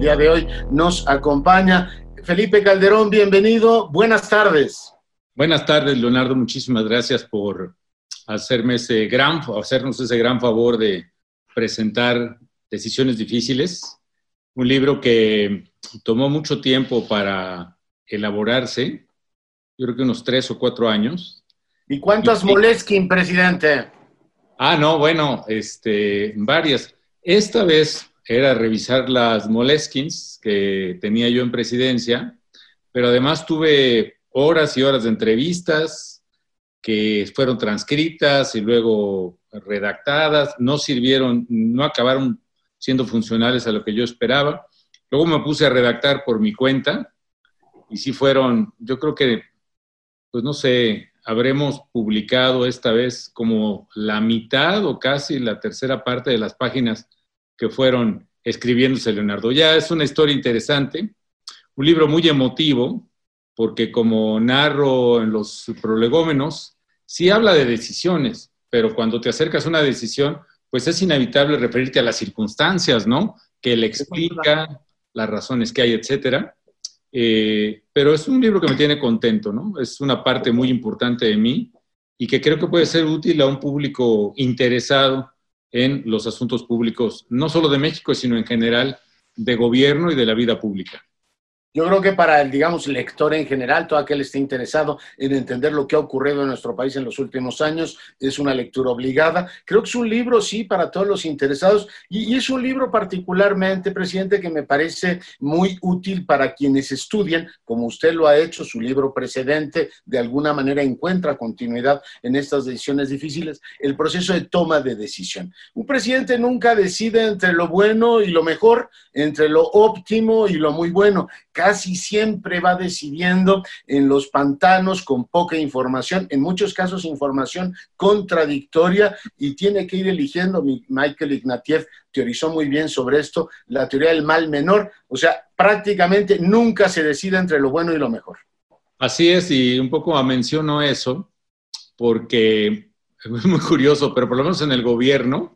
día de hoy nos acompaña. Felipe Calderón, bienvenido. Buenas tardes. Buenas tardes, Leonardo. Muchísimas gracias por hacernos ese gran favor de presentar Decisiones Difíciles, un libro que tomó mucho tiempo para elaborarse, yo creo que unos 3 o 4 años. ¿Y cuántas Moleskine, presidente? No, bueno, varias. Esta vez era revisar las Moleskines que tenía yo en presidencia, pero además tuve horas y horas de entrevistas que fueron transcritas y luego redactadas, no sirvieron, no acabaron siendo funcionales a lo que yo esperaba. Luego me puse a redactar por mi cuenta y sí fueron, yo creo que, pues no sé, habremos publicado esta vez como la mitad o casi la tercera parte de las páginas que fueron escribiéndose Leonardo. Ya es una historia interesante, un libro muy emotivo, porque como narro en los prolegómenos, sí habla de decisiones, pero cuando te acercas a una decisión, pues es inevitable referirte a las circunstancias, ¿no? Que le explica las razones que hay, etcétera. Pero es un libro que me tiene contento, ¿no? Es una parte muy importante de mí y que creo que puede ser útil a un público interesado en los asuntos públicos, no solo de México, sino en general de gobierno y de la vida pública. Yo creo que para el, digamos, lector en general, todo aquel que esté interesado en entender lo que ha ocurrido en nuestro país en los últimos años, es una lectura obligada. Creo que es un libro, sí, para todos los interesados y es un libro particularmente, presidente, que me parece muy útil para quienes estudian, como usted lo ha hecho, su libro precedente, de alguna manera encuentra continuidad en estas decisiones difíciles, el proceso de toma de decisión. Un presidente nunca decide entre lo bueno y lo mejor, entre lo óptimo y lo muy bueno. Casi siempre va decidiendo en los pantanos con poca información, en muchos casos información contradictoria, y tiene que ir eligiendo. Michael Ignatieff teorizó muy bien sobre esto, la teoría del mal menor, o sea, prácticamente nunca se decide entre lo bueno y lo mejor. Así es, y un poco menciono eso porque es muy curioso, pero por lo menos en el gobierno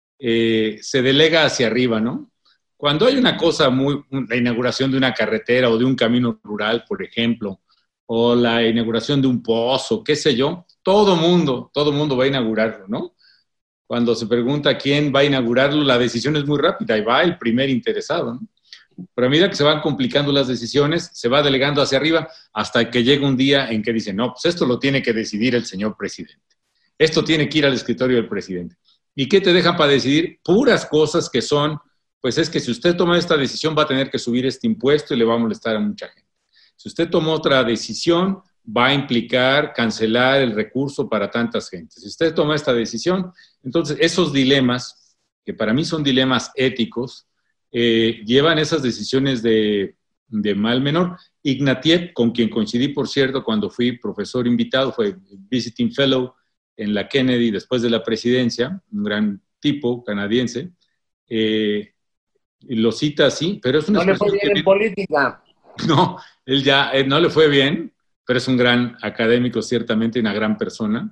se delega hacia arriba, ¿no? Cuando hay una cosa la inauguración de una carretera o de un camino rural, por ejemplo, o la inauguración de un pozo, qué sé yo, todo mundo va a inaugurarlo, ¿no? Cuando se pregunta quién va a inaugurarlo, la decisión es muy rápida y va el primer interesado, ¿no? Pero a medida que se van complicando las decisiones, se va delegando hacia arriba hasta que llega un día en que dicen, no, pues esto lo tiene que decidir el señor presidente. Esto tiene que ir al escritorio del presidente. ¿Y qué te dejan para decidir? Puras cosas que son, pues es que si usted toma esta decisión va a tener que subir este impuesto y le va a molestar a mucha gente. Si usted toma otra decisión, va a implicar cancelar el recurso para tantas gentes. Si usted toma esta decisión, entonces esos dilemas, que para mí son dilemas éticos, llevan esas decisiones de mal menor. Ignatieff, con quien coincidí, por cierto, cuando fui profesor invitado, fue visiting fellow en la Kennedy después de la presidencia, un gran tipo canadiense, lo cita así, pero es una expresión. No le fue bien en política. No, él ya no le fue bien, pero es un gran académico, ciertamente, una gran persona.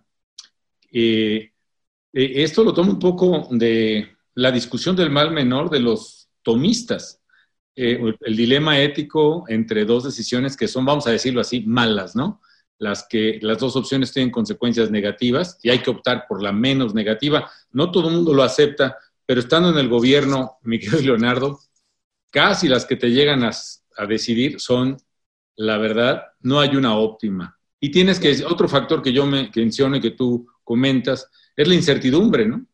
Esto lo tomo un poco de la discusión del mal menor de los tomistas, el dilema ético entre dos decisiones que son, vamos a decirlo así, malas, ¿no? Las dos opciones tienen consecuencias negativas y hay que optar por la menos negativa. No todo el mundo lo acepta, pero estando en el gobierno, mi querido Leonardo, casi las que te llegan a decidir son, la verdad, no hay una óptima. Y tienes que, otro factor que yo menciono y que tú comentas, es la incertidumbre, ¿no?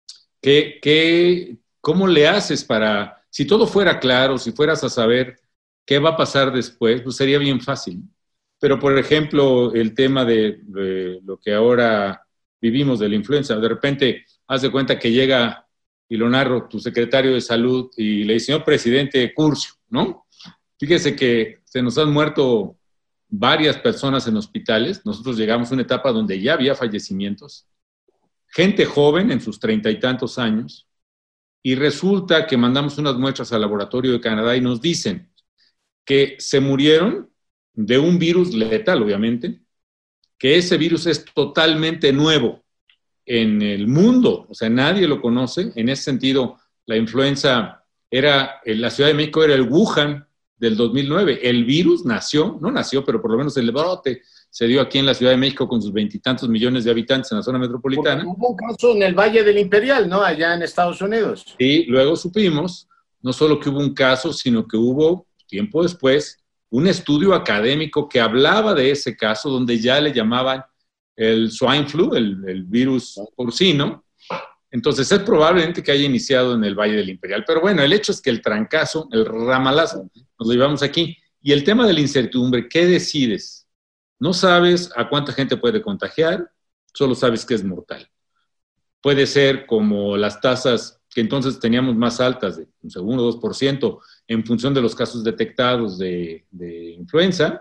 ¿Cómo le haces para, si todo fuera claro, si fueras a saber qué va a pasar después, pues sería bien fácil. Pero, por ejemplo, el tema de lo que ahora vivimos de la influenza, de repente, haz de cuenta que llega, y lo narro, tu secretario de salud, y le dice, señor presidente Curcio, ¿no? Fíjese que se nos han muerto varias personas en hospitales. Nosotros llegamos a una etapa donde ya había fallecimientos. Gente joven, en sus 30 y tantos años, y resulta que mandamos unas muestras al laboratorio de Canadá y nos dicen que se murieron de un virus letal, obviamente, que ese virus es totalmente nuevo en el mundo, o sea, nadie lo conoce. En ese sentido, la influenza la Ciudad de México era el Wuhan del 2009. El virus no nació, pero por lo menos el brote se dio aquí en la Ciudad de México con sus 20 y tantos millones de habitantes en la zona metropolitana. Porque hubo un caso en el Valle del Imperial, ¿no? Allá en Estados Unidos. Y luego supimos, no solo que hubo un caso, sino que hubo, tiempo después, un estudio académico que hablaba de ese caso, donde ya le llamaban el swine flu, el virus porcino. Entonces es probablemente que haya iniciado en el Valle del Imperial. Pero bueno, el hecho es que el trancazo, el ramalazo, nos lo llevamos aquí. Y el tema de la incertidumbre, ¿qué decides? No sabes a cuánta gente puede contagiar, solo sabes que es mortal. Puede ser como las tasas que entonces teníamos más altas, de un 1 o 2%, en función de los casos detectados de influenza,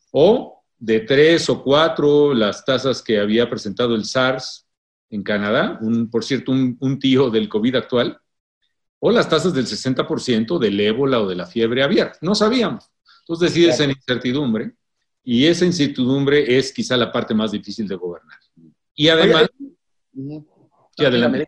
o de 3 o 4 las tasas que había presentado el SARS en Canadá, por cierto, un tío del COVID actual, o las tasas del 60% del ébola o de la fiebre aviar. No sabíamos. Entonces decides en incertidumbre, y esa incertidumbre es quizá la parte más difícil de gobernar. Y además... Sí, adelante.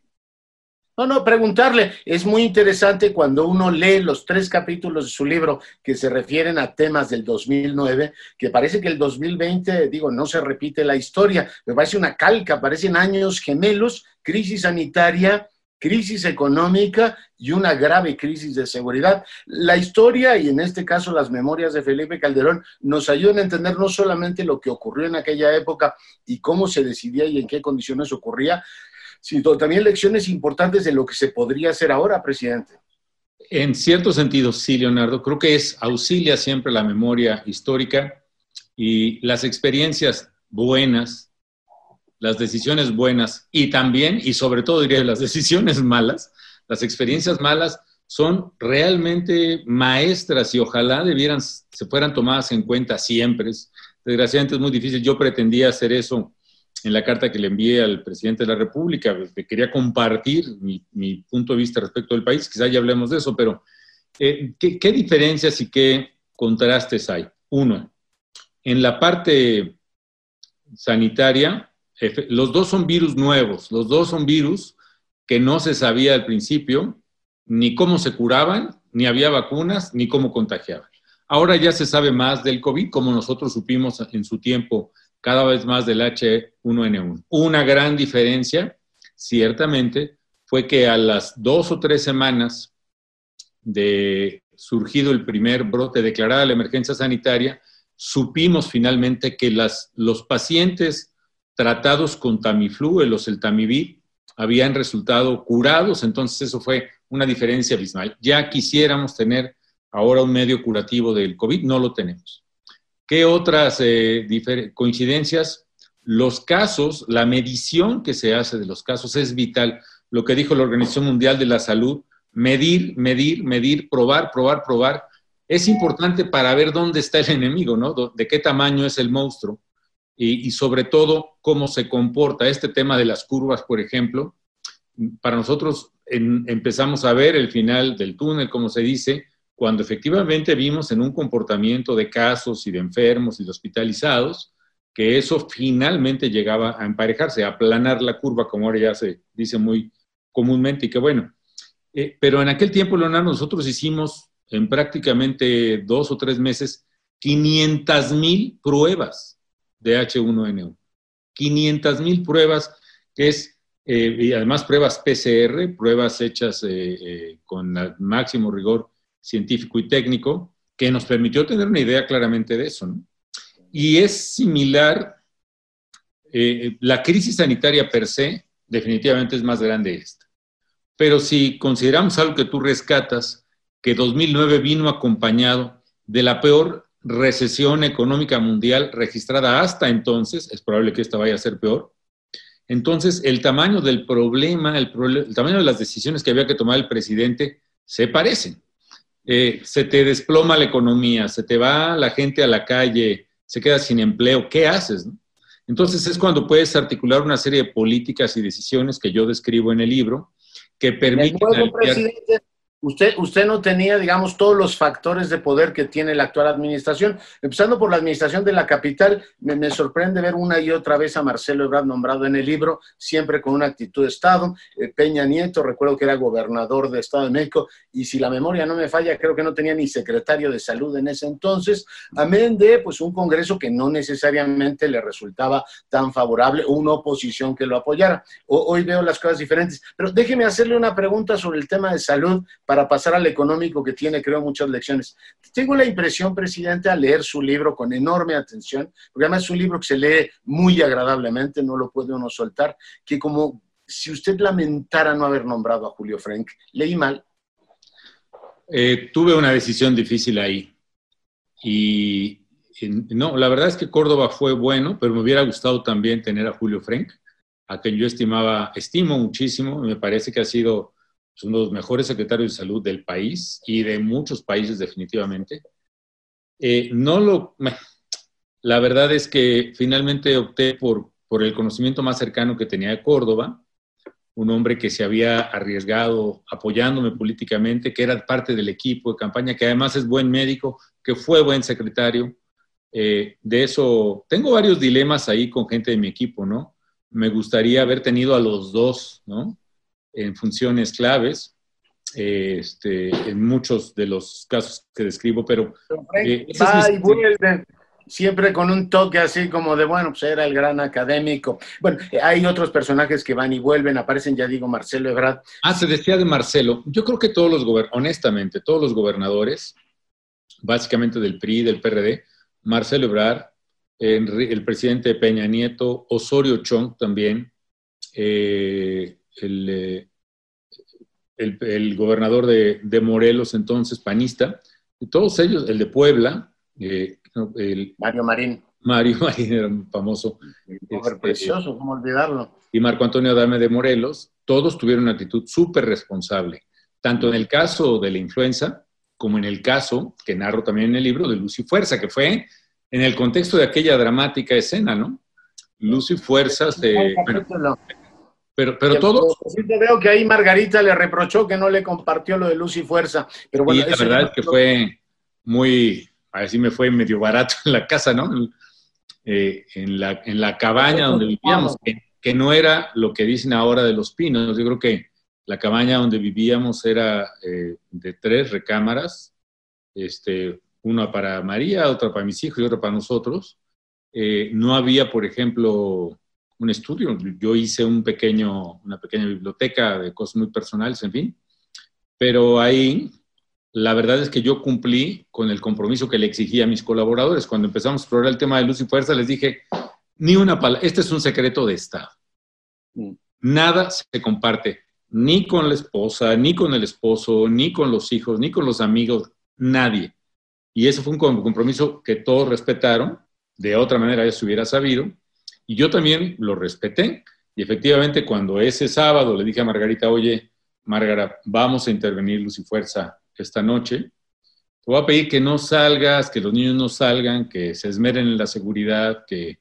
No, preguntarle, es muy interesante cuando uno lee los 3 capítulos de su libro que se refieren a temas del 2009, que parece que el 2020, no se repite la historia, me parece una calca, parecen años gemelos, crisis sanitaria, crisis económica y una grave crisis de seguridad. La historia, y en este caso las memorias de Felipe Calderón, nos ayudan a entender no solamente lo que ocurrió en aquella época y cómo se decidía y en qué condiciones ocurría, sino también lecciones importantes de lo que se podría hacer ahora, presidente. En cierto sentido, sí, Leonardo, creo que auxilia siempre la memoria histórica y las experiencias buenas, las decisiones buenas y también, y sobre todo diría, las decisiones malas, las experiencias malas son realmente maestras y ojalá se fueran tomadas en cuenta siempre. Desgraciadamente es muy difícil. Yo pretendía hacer eso en la carta que le envié al presidente de la República. Quería compartir mi punto de vista respecto del país. Quizá ya hablemos de eso, pero ¿qué diferencias y qué contrastes hay? Uno, en la parte sanitaria, los dos son virus nuevos, los dos son virus que no se sabía al principio ni cómo se curaban, ni había vacunas, ni cómo contagiaban. Ahora ya se sabe más del COVID, como nosotros supimos en su tiempo cada vez más del H1N1. Una gran diferencia, ciertamente, fue que a las 2 o 3 semanas de surgido el primer brote, declarada la emergencia sanitaria, supimos finalmente que los pacientes tratados con Tamiflu, el oseltamivir, habían resultado curados, entonces eso fue una diferencia abismal. Ya quisiéramos tener ahora un medio curativo del COVID, no lo tenemos. ¿Qué otras coincidencias? Los casos, la medición que se hace de los casos es vital. Lo que dijo la Organización Mundial de la Salud, medir, probar. Es importante para ver dónde está el enemigo, ¿no? De qué tamaño es el monstruo y sobre todo cómo se comporta. Este tema de las curvas, por ejemplo, para nosotros empezamos a ver el final del túnel, como se dice, cuando efectivamente vimos en un comportamiento de casos y de enfermos y de hospitalizados, que eso finalmente llegaba a emparejarse, a aplanar la curva, como ahora ya se dice muy comúnmente, y que bueno. Pero en aquel tiempo, Leonardo, nosotros hicimos en prácticamente 2 o 3 meses 500,000 pruebas de H1N1. 500,000 pruebas, que es, y además pruebas PCR, pruebas hechas con el máximo rigor científico y técnico, que nos permitió tener una idea claramente de eso, ¿no? Y es similar, la crisis sanitaria per se definitivamente es más grande esta. Pero si consideramos algo que tú rescatas, que 2009 vino acompañado de la peor recesión económica mundial registrada hasta entonces, es probable que esta vaya a ser peor. Entonces, el tamaño del problema, el tamaño de las decisiones que había que tomar el presidente se parecen. Se te desploma la economía, se te va la gente a la calle, se queda sin empleo, ¿qué haces, no? Entonces es cuando puedes articular una serie de políticas y decisiones que yo describo en el libro, que permiten aliviar. Usted no tenía, digamos, todos los factores de poder que tiene la actual administración. Empezando por la administración de la capital, me sorprende ver una y otra vez a Marcelo Ebrard nombrado en el libro, siempre con una actitud de Estado. Peña Nieto, recuerdo que era gobernador de Estado de México, y si la memoria no me falla, creo que no tenía ni secretario de salud en ese entonces. Amén de, pues, un Congreso que no necesariamente le resultaba tan favorable, o una oposición que lo apoyara. Hoy veo las cosas diferentes. Pero déjeme hacerle una pregunta sobre el tema de salud, para pasar al económico, que tiene, creo, muchas lecciones. Tengo la impresión, presidente, al leer su libro con enorme atención, porque además es un libro que se lee muy agradablemente, no lo puede uno soltar, que como si usted lamentara no haber nombrado a Julio Frenk. ¿Leí mal? Tuve una decisión difícil ahí. No, la verdad es que Córdoba fue bueno, pero me hubiera gustado también tener a Julio Frenk, a quien yo estimo muchísimo. Me parece que ha sido uno de los mejores secretarios de salud del país y de muchos países definitivamente. La verdad es que finalmente opté por el conocimiento más cercano que tenía de Córdoba, un hombre que se había arriesgado apoyándome políticamente, que era parte del equipo de campaña, que además es buen médico, que fue buen secretario. De eso, tengo varios dilemas ahí con gente de mi equipo, ¿no? Me gustaría haber tenido a los dos, ¿no?, en funciones claves, en muchos de los casos que describo, pero va y vuelve, siempre con un toque así como de, bueno, pues era el gran académico. Bueno, hay otros personajes que van y vuelven, aparecen, ya digo, Marcelo Ebrard. Se decía de Marcelo. Yo creo que honestamente, todos los gobernadores, básicamente del PRI, del PRD, Marcelo Ebrard, el presidente Peña Nieto, Osorio Chong también, el gobernador de Morelos, entonces panista, y todos ellos, el de Puebla, Mario Marín. Mario Marín era un famoso. Precioso, ¿cómo olvidarlo? Y Marco Antonio Adame de Morelos, todos tuvieron una actitud súper responsable, tanto en el caso de la influenza, como en el caso, que narro también en el libro, de Luz y Fuerza, que fue en el contexto de aquella dramática escena, ¿no? Luz y Fuerza pero todo. Veo que ahí Margarita le reprochó que no le compartió lo de Luz y Fuerza. Pero bueno, y la verdad es que fue muy, así me fue medio barato en la casa, ¿no? En la cabaña donde vivíamos, que no era lo que dicen ahora de Los Pinos. Yo creo que la cabaña donde vivíamos era de 3 recámaras, una para María, otra para mis hijos y otra para nosotros. No había, por ejemplo, un estudio. Yo hice una pequeña biblioteca de cosas muy personales, en fin. Pero ahí, la verdad es que yo cumplí con el compromiso que le exigía a mis colaboradores. Cuando empezamos a explorar el tema de Luz y Fuerza, les dije, ni una palabra, este es un secreto de Estado. Nada se comparte, ni con la esposa, ni con el esposo, ni con los hijos, ni con los amigos, nadie. Y ese fue un compromiso que todos respetaron. De otra manera ya se hubiera sabido. Y yo también lo respeté. Y efectivamente, cuando ese sábado le dije a Margarita, oye, Márgara, vamos a intervenir Luz y Fuerza esta noche. Te voy a pedir que no salgas, que los niños no salgan, que se esmeren en la seguridad, que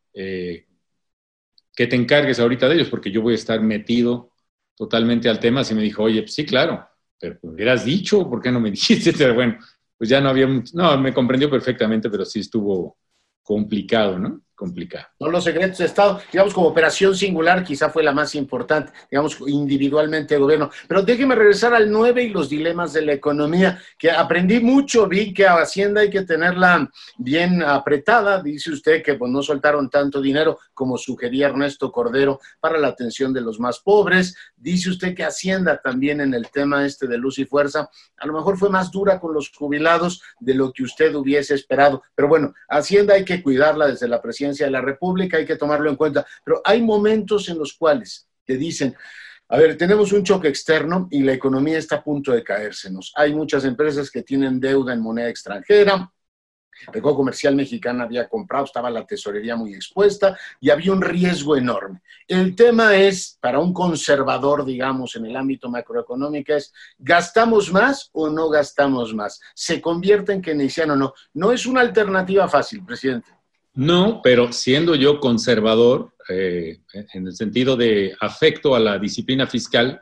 te encargues ahorita de ellos, porque yo voy a estar metido totalmente al tema. Así me dijo, oye, pues sí, claro, pero me hubieras dicho, ¿por qué no me dijiste? Bueno, pues ya no había mucho. No, me comprendió perfectamente, pero sí estuvo complicado, ¿no? Complicado. Son los secretos de Estado, digamos, como operación singular, quizá fue la más importante, digamos, individualmente de gobierno. Pero déjeme regresar al 9 y los dilemas de la economía, que aprendí mucho, vi que a Hacienda hay que tenerla bien apretada. Dice usted que pues, no soltaron tanto dinero como sugería Ernesto Cordero para la atención de los más pobres. Dice usted que Hacienda también en el tema de Luz y Fuerza, a lo mejor fue más dura con los jubilados de lo que usted hubiese esperado. Pero bueno, Hacienda hay que cuidarla desde la presidencia de la República, hay que tomarlo en cuenta. Pero hay momentos en los cuales te dicen, a ver, tenemos un choque externo y la economía está a punto de caérsenos. Hay muchas empresas que tienen deuda en moneda extranjera. Pecó Comercial Mexicana había comprado, estaba la tesorería muy expuesta y había un riesgo enorme. El tema es, para un conservador, digamos, en el ámbito macroeconómico, es, ¿gastamos más o no gastamos más? ¿Se convierte en keynesiano o no? No es una alternativa fácil, presidente. No, pero siendo yo conservador, en el sentido de afecto a la disciplina fiscal,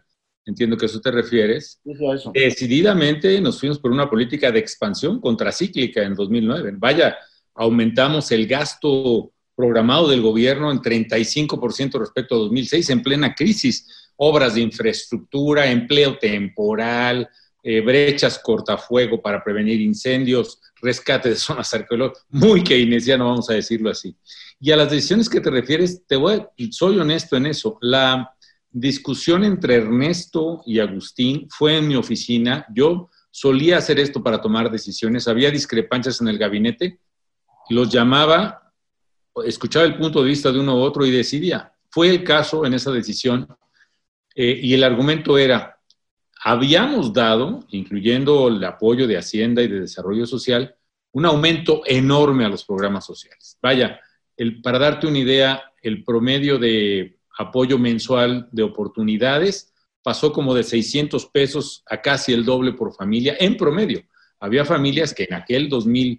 entiendo que a eso te refieres, Eso. decididamente nos fuimos por una política de expansión contracíclica en 2009. Vaya, aumentamos el gasto programado del gobierno en 35% respecto a 2006, en plena crisis. Obras de infraestructura, empleo temporal, brechas cortafuego para prevenir incendios, rescate de zonas arqueológicas, muy keynesiano, vamos a decirlo así. Y a las decisiones que te refieres, soy honesto en eso. La discusión entre Ernesto y Agustín fue en mi oficina. Yo solía hacer esto para tomar decisiones. Había discrepancias en el gabinete, los llamaba, escuchaba el punto de vista de uno u otro y decidía. Fue el caso en esa decisión y el argumento era, habíamos dado, incluyendo el apoyo de Hacienda y de Desarrollo Social, un aumento enorme a los programas sociales. Vaya, para darte una idea, el promedio de apoyo mensual de oportunidades pasó como de 600 pesos a casi el doble por familia en promedio. Había familias que en aquel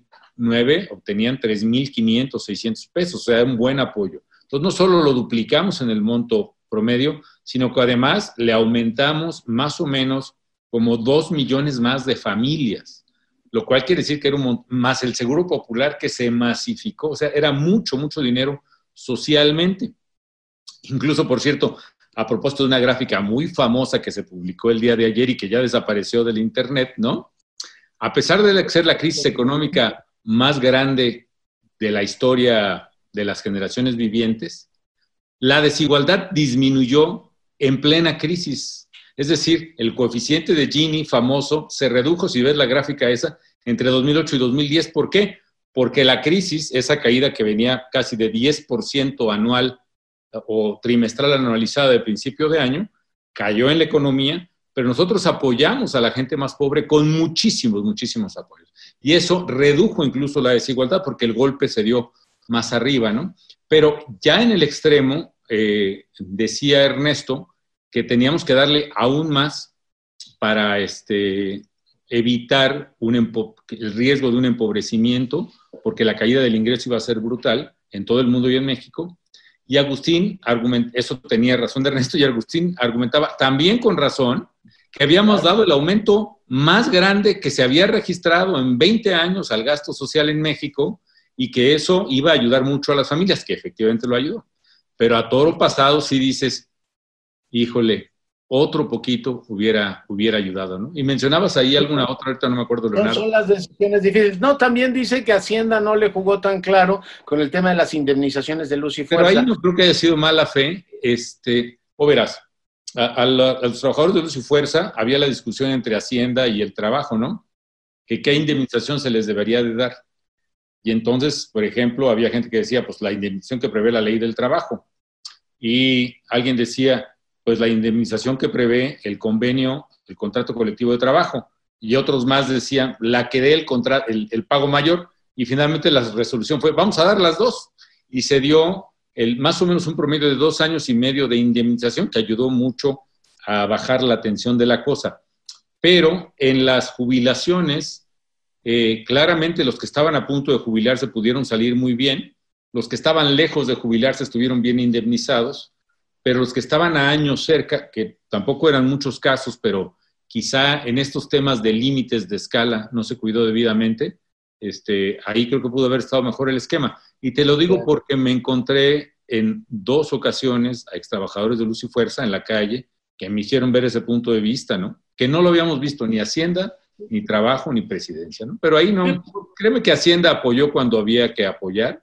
2009 obtenían 3,500, 600 pesos, o sea, un buen apoyo. Entonces, no solo lo duplicamos en el monto promedio, sino que además le aumentamos más o menos como 2 millones más de familias, lo cual quiere decir que era más el Seguro Popular que se masificó, o sea, era mucho, mucho dinero socialmente. Incluso, por cierto, a propósito de una gráfica muy famosa que se publicó el día de ayer y que ya desapareció del internet, ¿no? A pesar de ser la crisis económica más grande de la historia de las generaciones vivientes, la desigualdad disminuyó en plena crisis. Es decir, el coeficiente de Gini famoso se redujo, si ves la gráfica esa, entre 2008 y 2010. ¿Por qué? Porque la crisis, esa caída que venía casi de 10% anual o trimestral anualizada de principio de año, cayó en la economía, pero nosotros apoyamos a la gente más pobre con muchísimos, muchísimos apoyos. Y eso redujo incluso la desigualdad porque el golpe se dio más arriba, ¿no? Pero ya en el extremo, decía Ernesto, que teníamos que darle aún más para evitar el riesgo de un empobrecimiento, porque la caída del ingreso iba a ser brutal en todo el mundo y en México. Y Agustín, eso tenía razón de Ernesto, y Agustín argumentaba también con razón que habíamos dado el aumento más grande que se había registrado en 20 años al gasto social en México, y que eso iba a ayudar mucho a las familias, que efectivamente lo ayudó. Pero a toro pasado sí dices, híjole, otro poquito hubiera ayudado, ¿no? Y mencionabas ahí alguna otra, ahorita no me acuerdo, Leonardo. Son las decisiones difíciles. No, también dice que Hacienda no le jugó tan claro con el tema de las indemnizaciones de luz y fuerza. Pero ahí no creo que haya sido mala fe. O verás, a los trabajadores de luz y fuerza había la discusión entre Hacienda y el trabajo, ¿no? Que qué indemnización se les debería de dar. Y entonces, por ejemplo, había gente que decía, pues la indemnización que prevé la ley del trabajo. Y alguien decía, pues la indemnización que prevé el convenio, el contrato colectivo de trabajo. Y otros más decían, la que dé el pago mayor. Y finalmente la resolución fue, vamos a dar las dos. Y se dio más o menos un promedio de 2 años y medio de indemnización, que ayudó mucho a bajar la tensión de la cosa. Pero en las jubilaciones, claramente los que estaban a punto de jubilarse pudieron salir muy bien, los que estaban lejos de jubilarse estuvieron bien indemnizados, pero los que estaban a años cerca, que tampoco eran muchos casos, pero quizá en estos temas de límites de escala no se cuidó debidamente, ahí creo que pudo haber estado mejor el esquema. Y te lo digo porque me encontré en 2 ocasiones a extrabajadores de luz y fuerza en la calle que me hicieron ver ese punto de vista, ¿no? Que no lo habíamos visto ni Hacienda, ni trabajo, ni presidencia, ¿no? Pero ahí no, créeme que Hacienda apoyó cuando había que apoyar.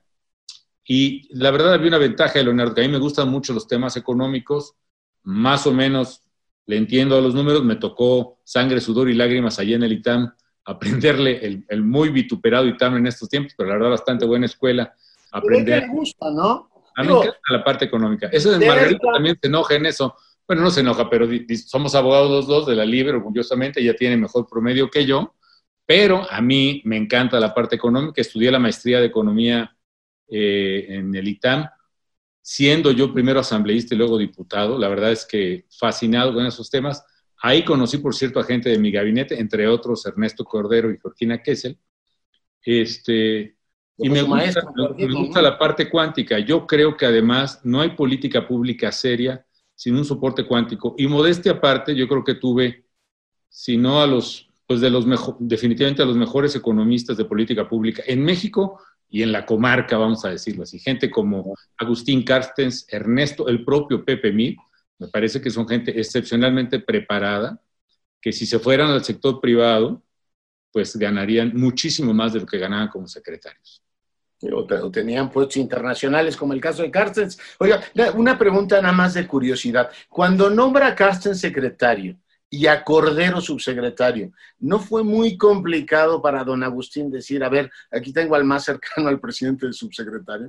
Y la verdad había una ventaja de Leonardo, que a mí me gustan mucho los temas económicos, más o menos le entiendo a los números, me tocó sangre, sudor y lágrimas allá en el ITAM, aprenderle el muy vituperado ITAM en estos tiempos, pero la verdad bastante buena escuela. Aprender. ¿Qué le gusta, no? A mí me encanta la parte económica. Eso de Margarita también se enoja en eso. Bueno, no se enoja, pero somos abogados los dos de la Libre, orgullosamente, ella tiene mejor promedio que yo, pero a mí me encanta la parte económica. Estudié la maestría de economía en el ITAM, siendo yo primero asambleísta y luego diputado. La verdad es que fascinado con esos temas. Ahí conocí, por cierto, a gente de mi gabinete, entre otros Ernesto Cordero y Georgina Kessel. Y me gusta la parte cuántica. Yo creo que además no hay política pública seria sin un soporte cuántico. Y modestia aparte, yo creo que tuve, si no a los, pues de los mejor, definitivamente a los mejores economistas de política pública en México y en la comarca, vamos a decirlo así. Gente como Agustín Carstens, Ernesto, el propio Pepe Mid, me parece que son gente excepcionalmente preparada, que si se fueran al sector privado, pues ganarían muchísimo más de lo que ganaban como secretarios. O tenían puestos internacionales, como el caso de Carstens. Oiga, una pregunta nada más de curiosidad. Cuando nombra a Carstens secretario y a Cordero subsecretario, ¿no fue muy complicado para don Agustín decir, a ver, aquí tengo al más cercano al presidente del subsecretario?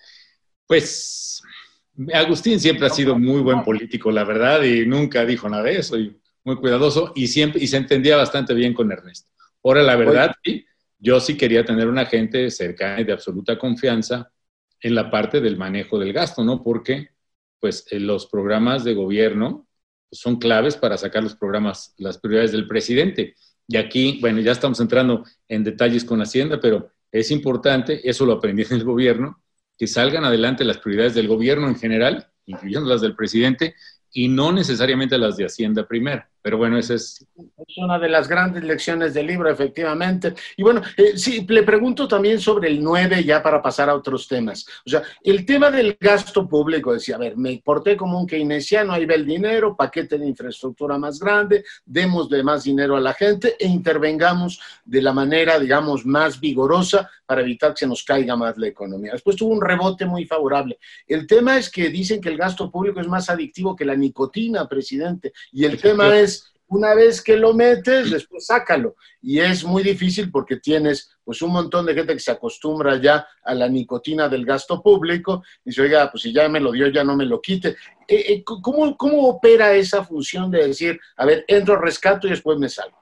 Pues Agustín siempre ha sido muy buen político, la verdad, y nunca dijo nada de eso, y muy cuidadoso, y se entendía bastante bien con Ernesto. Ahora, la verdad, sí, yo sí quería tener una gente cercana y de absoluta confianza en la parte del manejo del gasto, ¿no? Porque, pues, los programas de gobierno son claves para sacar los programas, las prioridades del presidente. Y aquí, bueno, ya estamos entrando en detalles con Hacienda, pero es importante, eso lo aprendí en el gobierno, que salgan adelante las prioridades del gobierno en general, incluyendo las del presidente, y no necesariamente las de Hacienda primero. Pero bueno, esa es una de las grandes lecciones del libro, efectivamente. Y bueno, sí, le pregunto también sobre el 9, ya para pasar a otros temas. O sea, el tema del gasto público, decía, a ver, me porté como un keynesiano, ahí va el dinero, paquete de infraestructura más grande, demos de más dinero a la gente e intervengamos de la manera, digamos, más vigorosa para evitar que se nos caiga más la economía. Después tuvo un rebote muy favorable. El tema es que dicen que el gasto público es más adictivo que la nicotina, presidente, y el tema es, una vez que lo metes, después sácalo. Y es muy difícil porque tienes pues un montón de gente que se acostumbra ya a la nicotina del gasto público y dice, oiga, pues si ya me lo dio, ya no me lo quite. ¿Cómo opera esa función de decir, a ver, entro, rescato y después me salgo?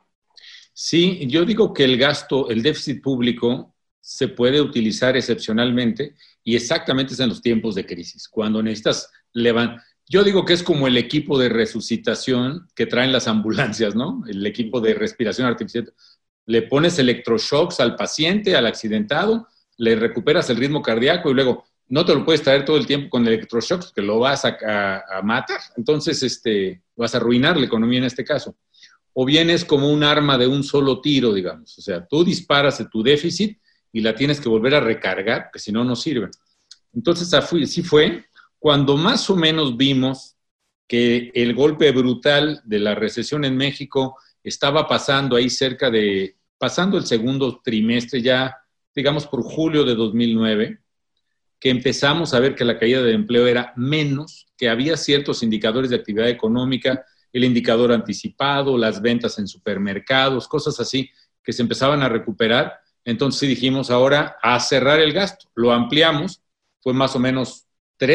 Sí, yo digo que el gasto, el déficit público se puede utilizar excepcionalmente y exactamente es en los tiempos de crisis, cuando necesitas levantar. Yo digo que es como el equipo de resucitación que traen las ambulancias, ¿no? El equipo de respiración artificial. Le pones electroshocks al paciente, al accidentado, le recuperas el ritmo cardíaco y luego no te lo puedes traer todo el tiempo con electroshocks, que lo vas a matar. Entonces, vas a arruinar la economía en este caso. O bien es como un arma de un solo tiro, digamos. O sea, tú disparas de tu déficit y la tienes que volver a recargar, porque si no, no sirve. Entonces, así fue. Cuando más o menos vimos que el golpe brutal de la recesión en México estaba pasando ahí pasando el segundo trimestre ya, digamos por julio de 2009, que empezamos a ver que la caída de empleo era menos, que había ciertos indicadores de actividad económica, el indicador anticipado, las ventas en supermercados, cosas así, que se empezaban a recuperar. Entonces sí dijimos ahora a cerrar el gasto. Lo ampliamos, fue más o menos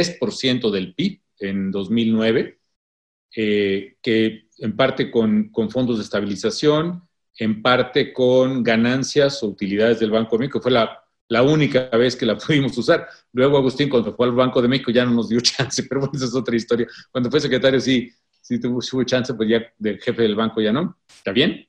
3% del PIB en 2009, que en parte con fondos de estabilización, en parte con ganancias o utilidades del Banco de México. Fue la única vez que la pudimos usar. Luego Agustín, cuando fue al Banco de México, ya no nos dio chance, pero bueno, esa es otra historia. Cuando fue secretario, sí tuvo chance, pues ya del jefe del banco ya no. ¿Está bien?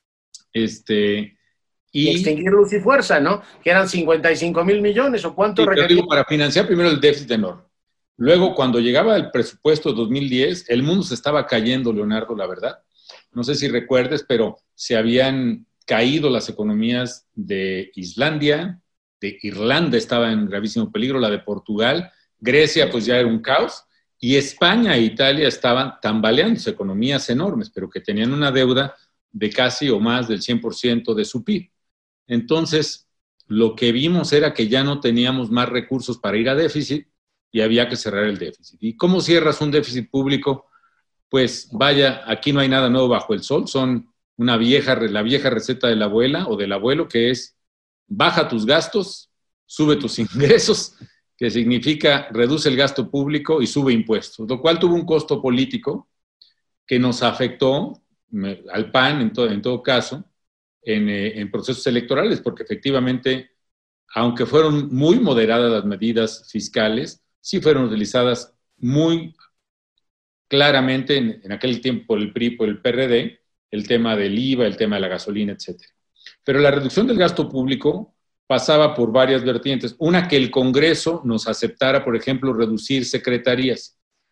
Y extinguir Luz y Fuerza, ¿no? Que eran 55 mil millones, ¿o cuánto requería? Para financiar primero el déficit enorme. Luego, cuando llegaba el presupuesto de 2010, el mundo se estaba cayendo, Leonardo, la verdad. No sé si recuerdes, pero se habían caído las economías de Islandia, de Irlanda estaba en gravísimo peligro, la de Portugal, Grecia pues ya era un caos, y España e Italia estaban tambaleándose, economías enormes, pero que tenían una deuda de casi o más del 100% de su PIB. Entonces, lo que vimos era que ya no teníamos más recursos para ir a déficit y había que cerrar el déficit. ¿Y cómo cierras un déficit público? Pues vaya, aquí no hay nada nuevo bajo el sol, son la vieja receta de la abuela o del abuelo, que es baja tus gastos, sube tus ingresos, que significa reduce el gasto público y sube impuestos, lo cual tuvo un costo político que nos afectó al PAN en todo caso, en procesos electorales, porque efectivamente, aunque fueron muy moderadas las medidas fiscales, sí fueron utilizadas muy claramente en aquel tiempo por el PRI, por el PRD, el tema del IVA, el tema de la gasolina, etc. Pero la reducción del gasto público pasaba por varias vertientes. Una, que el Congreso nos aceptara, por ejemplo, reducir secretarías.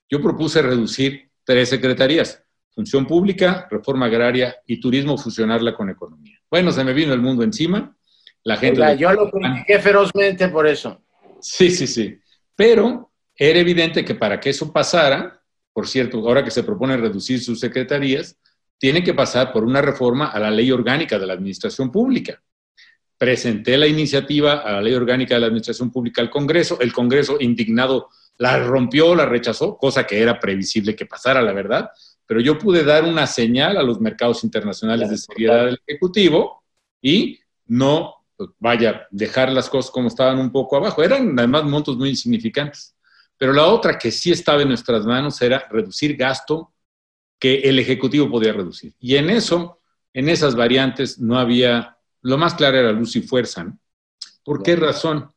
yo propuse reducir 3 secretarías: Función Pública, Reforma Agraria y Turismo, fusionarla con Economía. Bueno, se me vino el mundo encima. La gente... Oiga, yo lo critiqué ferozmente por eso. Sí, sí, sí. Pero era evidente que para que eso pasara, por cierto, ahora que se propone reducir sus secretarías, tiene que pasar por una reforma a la Ley Orgánica de la Administración Pública. Presenté la iniciativa a la Ley Orgánica de la Administración Pública al Congreso. El Congreso, indignado, la rompió, la rechazó, cosa que era previsible que pasara, la verdad. Pero yo pude dar una señal a los mercados internacionales de seriedad del Ejecutivo y no, pues vaya, dejar las cosas como estaban un poco abajo. Eran además montos muy insignificantes. Pero la otra que sí estaba en nuestras manos era reducir gasto que el Ejecutivo podía reducir. Y en eso, en esas variantes, no había... Lo más claro era luz y fuerza, ¿no? ¿Por qué razón?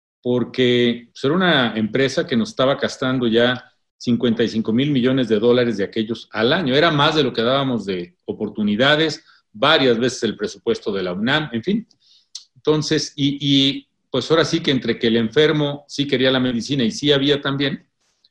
Porque pues, era una empresa que nos estaba gastando ya 55 mil millones de dólares de aquellos al año. Era más de lo que dábamos de oportunidades, varias veces el presupuesto de la UNAM, en fin. Entonces, pues ahora sí que entre que el enfermo sí quería la medicina y sí había también,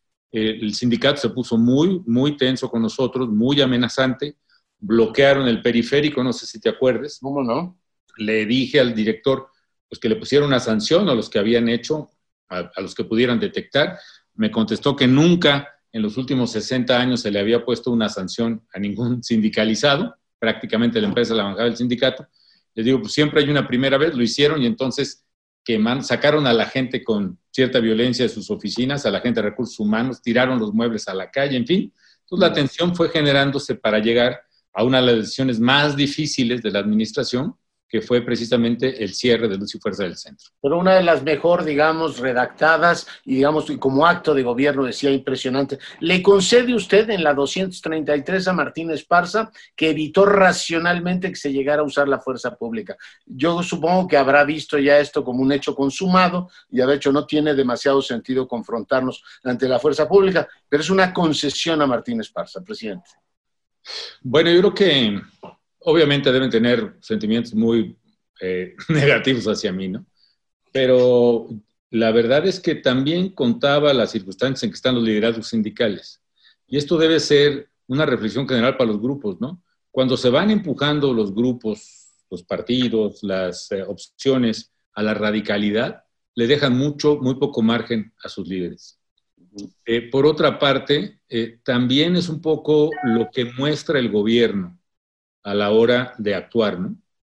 el sindicato se puso muy, muy tenso con nosotros, muy amenazante. Bloquearon el periférico, no sé si te acuerdes. ¿Cómo no? Le dije al director pues, que le pusiera una sanción a los que habían hecho, a los que pudieran detectar. Me contestó que nunca en los últimos 60 años se le había puesto una sanción a ningún sindicalizado. Prácticamente la empresa la manejaba el sindicato. Les digo, pues siempre hay una primera vez, lo hicieron y entonces sacaron a la gente con cierta violencia de sus oficinas, a la gente de recursos humanos, tiraron los muebles a la calle, en fin. Entonces la tensión fue generándose para llegar a una de las decisiones más difíciles de la administración, que fue precisamente el cierre de Luz y Fuerza del Centro. Pero una de las mejor, digamos, redactadas y, digamos, como acto de gobierno, decía, impresionante. ¿Le concede usted en la 233 a Martín Esparza que evitó racionalmente que se llegara a usar la fuerza pública? Yo supongo que habrá visto ya esto como un hecho consumado y, de hecho, no tiene demasiado sentido confrontarnos ante la fuerza pública, pero es una concesión a Martín Esparza, presidente. Bueno, yo creo que obviamente deben tener sentimientos muy negativos hacia mí, ¿no? Pero la verdad es que también contaba las circunstancias en que están los liderazgos sindicales. Y esto debe ser una reflexión general para los grupos, ¿no? Cuando se van empujando los grupos, los partidos, las opciones a la radicalidad, le dejan muy poco margen a sus líderes. Por otra parte, también es un poco lo que muestra el gobierno a la hora de actuar, ¿no?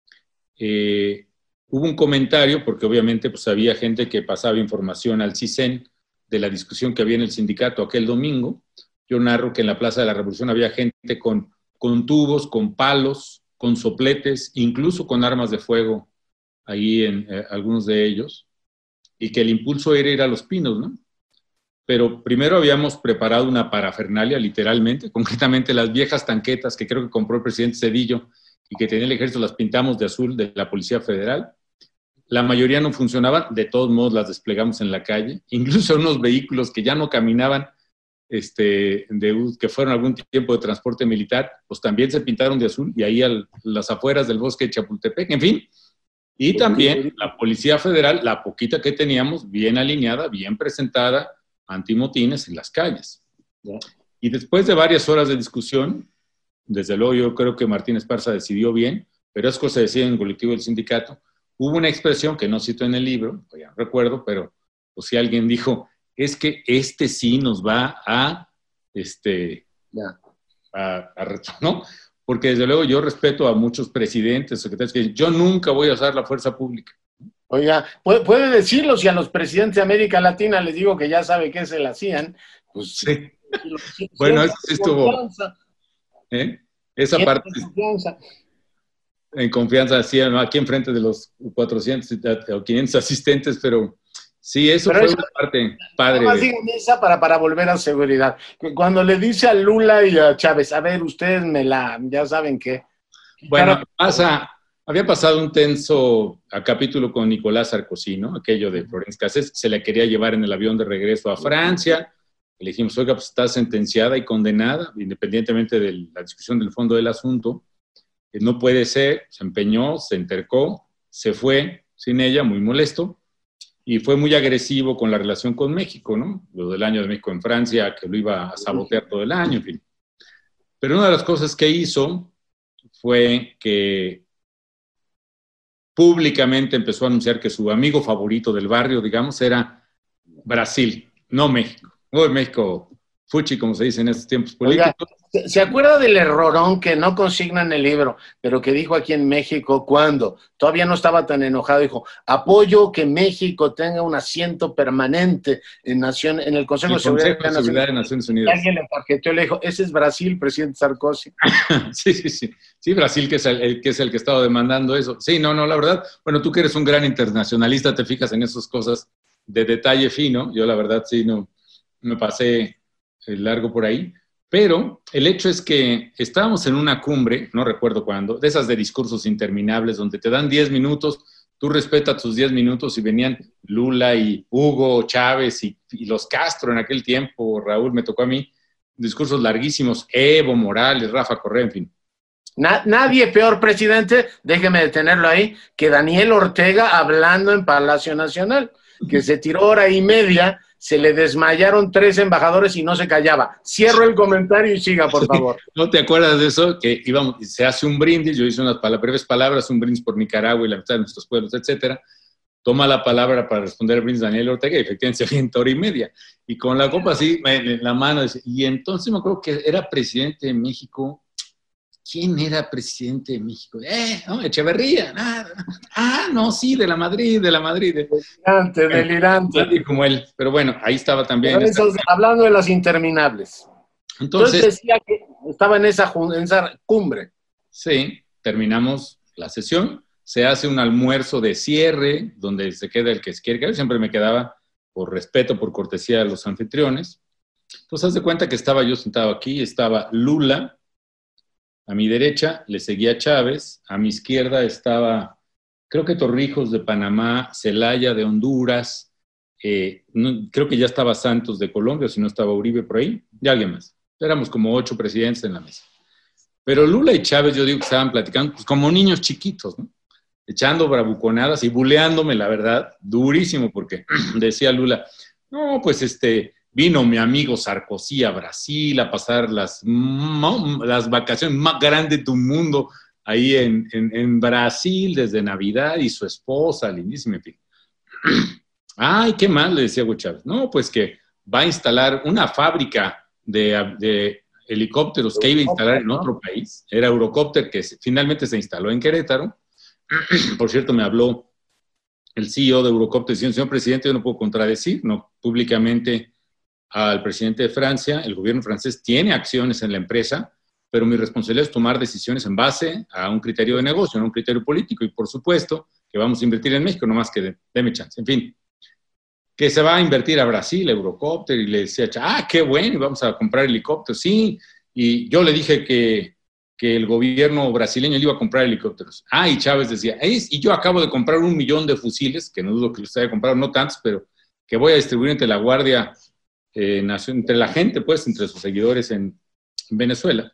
Hubo un comentario, porque obviamente pues, había gente que pasaba información al CISEN de la discusión que había en el sindicato aquel domingo. Yo narro que en la Plaza de la Revolución había gente con tubos, con palos, con sopletes, incluso con armas de fuego, ahí en algunos de ellos, y que el impulso era ir a Los Pinos, ¿no? Pero primero habíamos preparado una parafernalia, literalmente, concretamente las viejas tanquetas que creo que compró el presidente Zedillo y que tenía el ejército, las pintamos de azul de la Policía Federal. La mayoría no funcionaban, de todos modos las desplegamos en la calle. Incluso unos vehículos que ya no caminaban, que fueron algún tiempo de transporte militar, pues también se pintaron de azul y ahí a las afueras del bosque de Chapultepec, en fin. Y también la Policía Federal, la poquita que teníamos, bien alineada, bien presentada, antimotines en las calles. Y después de varias horas de discusión, desde luego yo creo que Martín Esparza decidió bien, pero es cosa se decía en el colectivo del sindicato. Hubo una expresión que no cito en el libro, ya no recuerdo, pero pues si alguien dijo, es que sí nos va ¿no? Porque desde luego yo respeto a muchos presidentes, secretarios que dicen, yo nunca voy a usar la fuerza pública. Oiga, puede decirlo, si a los presidentes de América Latina les digo que ya sabe que se la hacían, pues sí. Bueno, eso sí estuvo. Esa parte en confianza, sí, aquí enfrente de los 400 o 500 asistentes, pero sí, eso fue una parte padre. Nada más díganme esa para volver a seguridad. Cuando le dice a Lula y a Chávez, a ver, ustedes ya saben qué. Bueno, había pasado un tenso capítulo con Nicolás Sarkozy, ¿no? Aquello de Florence Cassés, se la quería llevar en el avión de regreso a Francia. Le dijimos, oiga, pues está sentenciada y condenada, independientemente de la discusión del fondo del asunto. No puede ser, se empeñó, se entercó, se fue sin ella, muy molesto. y fue muy agresivo con la relación con México, ¿no? Lo del año de México en Francia, que lo iba a sabotear todo el año, en fin. Pero una de las cosas que hizo fue que públicamente empezó a anunciar que su amigo favorito del barrio, digamos, era Brasil, no México. No México, fuchi, como se dice en estos tiempos políticos. Oiga, ¿se acuerda del errorón que no consigna en el libro, pero que dijo aquí en México cuando todavía no estaba tan enojado? Dijo, apoyo que México tenga un asiento permanente en el Consejo de Seguridad de Naciones Unidas. Alguien le tarjeteó y le dijo, ese es Brasil, presidente Sarkozy. Sí. Sí, Brasil, que es el que estaba demandando eso. Sí, no, la verdad, bueno, tú que eres un gran internacionalista, te fijas en esas cosas de detalle fino. Yo, la verdad, sí, no me pasé largo por ahí. Pero el hecho es que estábamos en una cumbre, no recuerdo cuándo, de esas de discursos interminables, donde te dan 10 minutos, tú respetas tus 10 minutos, y venían Lula y Hugo Chávez y los Castro en aquel tiempo, Raúl, me tocó a mí, discursos larguísimos, Evo Morales, Rafa Correa, en fin. Nadie peor, presidente, déjeme detenerlo ahí, que Daniel Ortega hablando en Palacio Nacional, que se tiró hora y media, se le desmayaron 3 embajadores y no se callaba. Cierro el comentario y siga, por favor. ¿No te acuerdas de eso? Que íbamos, se hace un brindis, yo hice unas breves palabras, un brindis por Nicaragua y la mitad de nuestros pueblos, etcétera. Toma la palabra para responder el brindis Daniel Ortega y efectivamente se avienta hora y media. Y con la copa así en la mano, y entonces me acuerdo que era presidente de México. ¿Quién era presidente de México? No, Echeverría. No, sí, de la Madrid. Delirante. Nadie como él. Pero bueno, ahí estaba también. Hablando de las interminables. Entonces decía que estaba en esa cumbre. Sí, terminamos la sesión. Se hace un almuerzo de cierre, donde se queda el que quiere quedar. Yo siempre me quedaba por respeto, por cortesía de los anfitriones. Entonces, haz de cuenta que estaba yo sentado aquí, estaba Lula. A mi derecha le seguía Chávez, a mi izquierda estaba, creo que Torrijos de Panamá, Zelaya de Honduras, creo que ya estaba Santos de Colombia, si no estaba Uribe por ahí, y alguien más. Éramos como 8 presidentes en la mesa. Pero Lula y Chávez, yo digo que estaban platicando pues, como niños chiquitos, ¿no? Echando bravuconadas y buleándome, la verdad, durísimo, porque decía Lula, no, pues vino mi amigo Sarkozy a Brasil a pasar las vacaciones más grandes de tu mundo ahí en Brasil desde Navidad y su esposa, lindísima, en fin. Ay, ¿qué más? Le decía Hugo Chávez. No, pues que va a instalar una fábrica de helicópteros que iba a instalar en otro país. Era Eurocopter, que finalmente se instaló en Querétaro. Por cierto, me habló el CEO de Eurocopter diciendo, señor presidente, yo no puedo contradecir, no públicamente al presidente de Francia, el gobierno francés tiene acciones en la empresa, pero mi responsabilidad es tomar decisiones en base a un criterio de negocio, no un criterio político, y por supuesto que vamos a invertir en México, nomás que deme chance. En fin, que se va a invertir a Brasil, Eurocopter, y le decía, qué bueno, y vamos a comprar helicópteros, sí, y yo le dije que el gobierno brasileño le iba a comprar helicópteros. Y Chávez decía, y yo acabo de comprar 1 millón de fusiles, que no dudo que los haya comprado, no tantos, pero que voy a distribuir entre la Guardia entre la gente, pues, entre sus seguidores en Venezuela.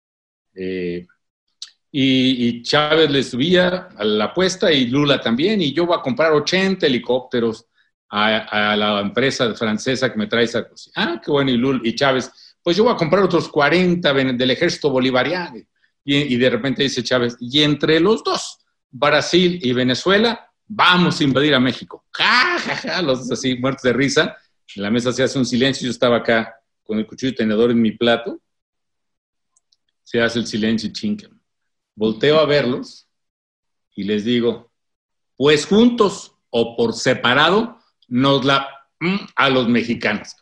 Y Chávez le subía a la apuesta y Lula también, y yo voy a comprar 80 helicópteros a la empresa francesa que me trae Sarkozy. Qué bueno, y Chávez, pues yo voy a comprar otros 40 del ejército bolivariano. Y de repente dice Chávez, y entre los dos, Brasil y Venezuela, vamos a invadir a México. Los dos así, muertos de risa. En la mesa se hace un silencio, yo estaba acá con el cuchillo y tenedor en mi plato. Se hace el silencio y chinga. Volteo a verlos y les digo, pues juntos o por separado, nos la a los mexicanos.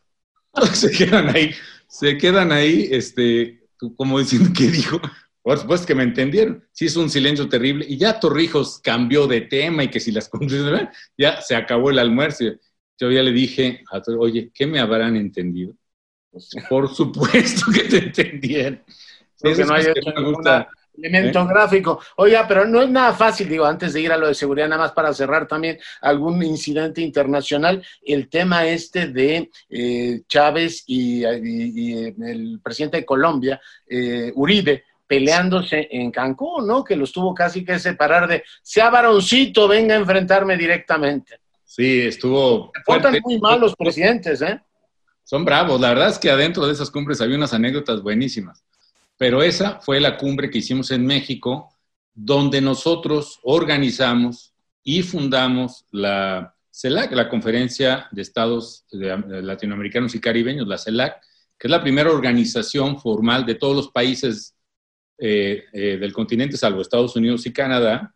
Se quedan ahí, como diciendo que dijo. Por supuesto que me entendieron. Sí, es un silencio terrible. Y ya Torrijos cambió de tema y que si las conclusiones, ya se acabó el almuerzo. Yo ya le dije a todos, oye, ¿qué me habrán entendido? Por supuesto que te entendieron. Sí, que no hay elemento gráfico. Oiga, pero no es nada fácil, digo, antes de ir a lo de seguridad, nada más para cerrar también algún incidente internacional, el tema de Chávez y el presidente de Colombia, Uribe, peleándose en Cancún, ¿no? Que los tuvo casi que separar de, sea varoncito, venga a enfrentarme directamente. Sí, estuvo Se portan fuerte. muy mal los presidentes, ¿eh? Son bravos. La verdad es que adentro de esas cumbres había unas anécdotas buenísimas. Pero esa fue la cumbre que hicimos en México, donde nosotros organizamos y fundamos la CELAC, la Conferencia de Estados Latinoamericanos y Caribeños, la CELAC, que es la primera organización formal de todos los países del continente, salvo Estados Unidos y Canadá,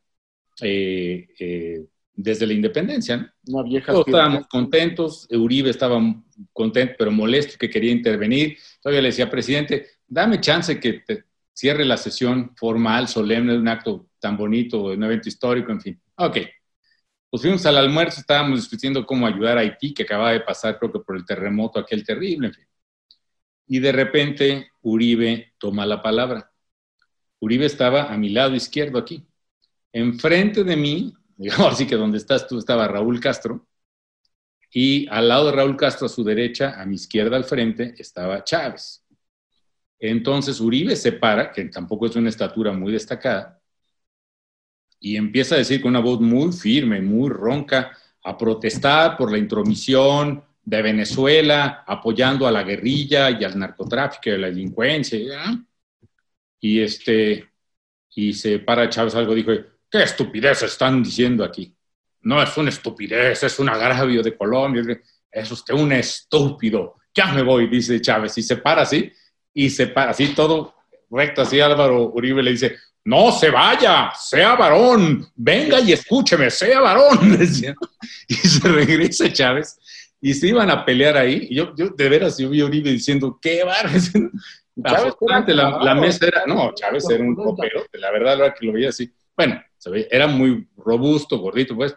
desde la independencia, ¿no? Una vieja Todos aspiración. estábamos contentos, Uribe estaba contento pero molesto, que quería intervenir. Todavía le decía, presidente, dame chance que te cierre la sesión formal, solemne, de un acto tan bonito, de un evento histórico, en fin. Ok, pues fuimos al almuerzo, estábamos discutiendo cómo ayudar a Haití, que acababa de pasar, creo que por el terremoto aquel terrible, en fin. Y de repente Uribe toma la palabra. Uribe estaba a mi lado izquierdo aquí. Enfrente de mí, digamos así que donde estás tú, estaba Raúl Castro, y al lado de Raúl Castro, a su derecha, a mi izquierda al frente, estaba Chávez. Entonces Uribe se para, que tampoco es una estatura muy destacada, y empieza a decir con una voz muy firme, muy ronca, a protestar por la intromisión de Venezuela, apoyando a la guerrilla y al narcotráfico y a la delincuencia. ¿Ya? Y se para Chávez algo, dijo, ¿qué estupidez están diciendo aquí? No es una estupidez, es un agravio de Colombia. Es usted un estúpido. Ya me voy, dice Chávez. Y se para así, todo recto así. Álvaro Uribe le dice, no se vaya, sea varón, venga y escúcheme, sea varón. Decía. Y se regresa Chávez y se iban a pelear ahí. Y yo de veras, yo vi a Uribe diciendo, qué barro. Afortunadamente la mesa era, no, Chávez era un copero, la verdad, la hora que lo veía así, bueno, era muy robusto, gordito, pues,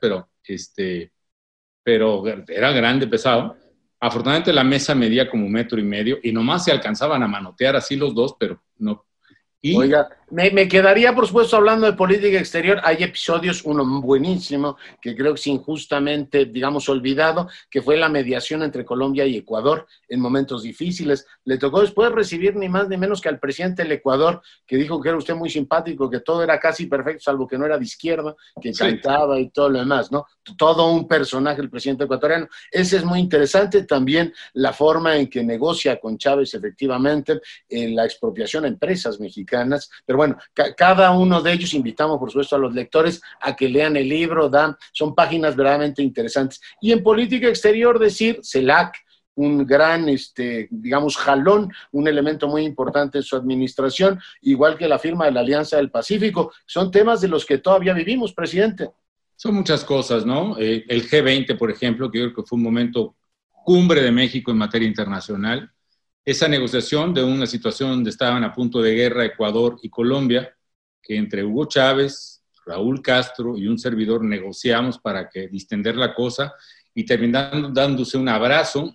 pero era grande, pesado. Afortunadamente la mesa medía como 1,5 metros y nomás se alcanzaban a manotear así los dos, pero no. Y Oiga, me quedaría, por supuesto, hablando de política exterior. Hay episodios, uno buenísimo, que creo que es injustamente, digamos, olvidado, que fue la mediación entre Colombia y Ecuador en momentos difíciles. Le tocó después recibir ni más ni menos que al presidente del Ecuador, que dijo que era usted muy simpático, que todo era casi perfecto, salvo que no era de izquierda, que sí, cantaba y todo lo demás, ¿no? Todo un personaje el presidente ecuatoriano. Ese es muy interesante. También la forma en que negocia con Chávez, efectivamente, la expropiación a empresas mexicanas. Pero bueno, cada uno de ellos, invitamos por supuesto a los lectores a que lean el libro, son páginas verdaderamente interesantes. Y en política exterior decir, CELAC, un gran, digamos, jalón, un elemento muy importante en su administración, igual que la firma de la Alianza del Pacífico. Son temas de los que todavía vivimos, presidente. son muchas cosas, ¿no? El G20, por ejemplo, que yo creo que fue un momento cumbre de México en materia internacional. Esa negociación de una situación donde estaban a punto de guerra Ecuador y Colombia, que entre Hugo Chávez, Raúl Castro y un servidor negociamos para que distender la cosa y terminando dándose un abrazo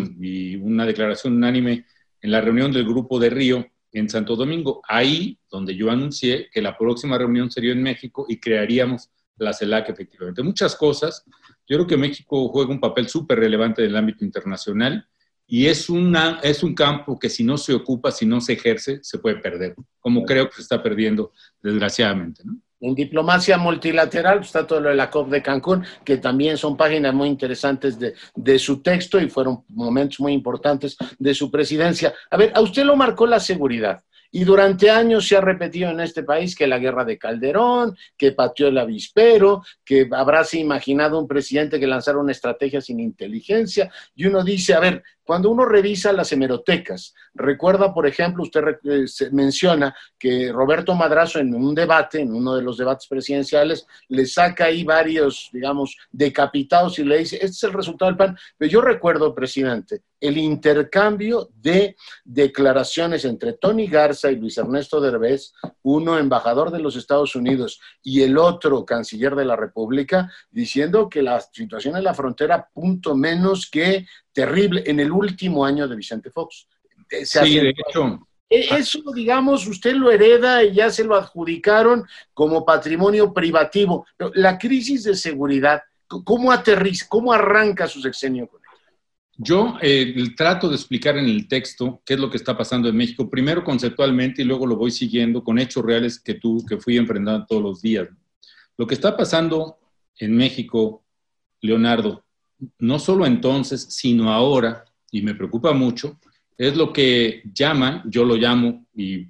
y una declaración unánime en la reunión del Grupo de Río en Santo Domingo, ahí donde yo anuncié que la próxima reunión sería en México y crearíamos la CELAC efectivamente. Muchas cosas. Yo creo que México juega un papel súper relevante en el ámbito internacional. Y es un campo que si no se ocupa, si no se ejerce, se puede perder, como creo que se está perdiendo, desgraciadamente, ¿no? En diplomacia multilateral está todo lo de la COP de Cancún, que también son páginas muy interesantes de su texto y fueron momentos muy importantes de su presidencia. A ver, a usted lo marcó la seguridad. Y durante años se ha repetido en este país que la guerra de Calderón, que pateó el avispero, que habráse imaginado un presidente que lanzara una estrategia sin inteligencia. Y uno dice, a ver, cuando uno revisa las hemerotecas, recuerda, por ejemplo, usted menciona que Roberto Madrazo en un debate, en uno de los debates presidenciales, le saca ahí varios, digamos, decapitados y le dice, este es el resultado del PAN. Pero yo recuerdo, presidente, el intercambio de declaraciones entre Tony Garza y Luis Ernesto Derbez, uno embajador de los Estados Unidos y el otro canciller de la República, diciendo que la situación en la frontera, punto menos que terrible, en el último año de Vicente Fox. Sí, de hecho. Eso, digamos, usted lo hereda y ya se lo adjudicaron como patrimonio privativo. Pero la crisis de seguridad, ¿cómo aterriza, cómo arranca su sexenio con ella? Yo trato de explicar en el texto qué es lo que está pasando en México, primero conceptualmente y luego lo voy siguiendo con hechos reales que fui enfrentando todos los días. Lo que está pasando en México Leonardo, no solo entonces, sino ahora, y me preocupa mucho, es lo que llaman, yo lo llamo, y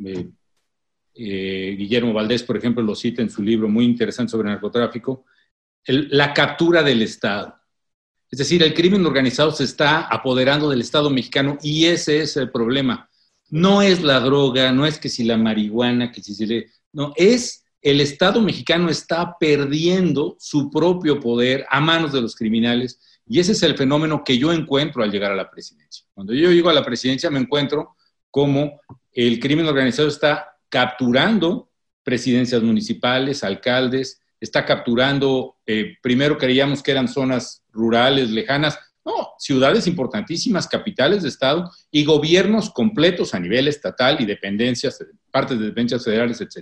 Guillermo Valdés, por ejemplo, lo cita en su libro muy interesante sobre narcotráfico, la captura del Estado. Es decir, el crimen organizado se está apoderando del Estado mexicano y ese es el problema. No es la droga, no es que si la marihuana, que si le... No, es el Estado mexicano está perdiendo su propio poder a manos de los criminales y ese es el fenómeno que yo encuentro al llegar a la presidencia. Cuando yo llego a la presidencia me encuentro como el crimen organizado está capturando presidencias municipales, alcaldes, está capturando, primero creíamos que eran zonas rurales, lejanas, no, ciudades importantísimas, capitales de Estado y gobiernos completos a nivel estatal y dependencias, partes de dependencias federales, etc.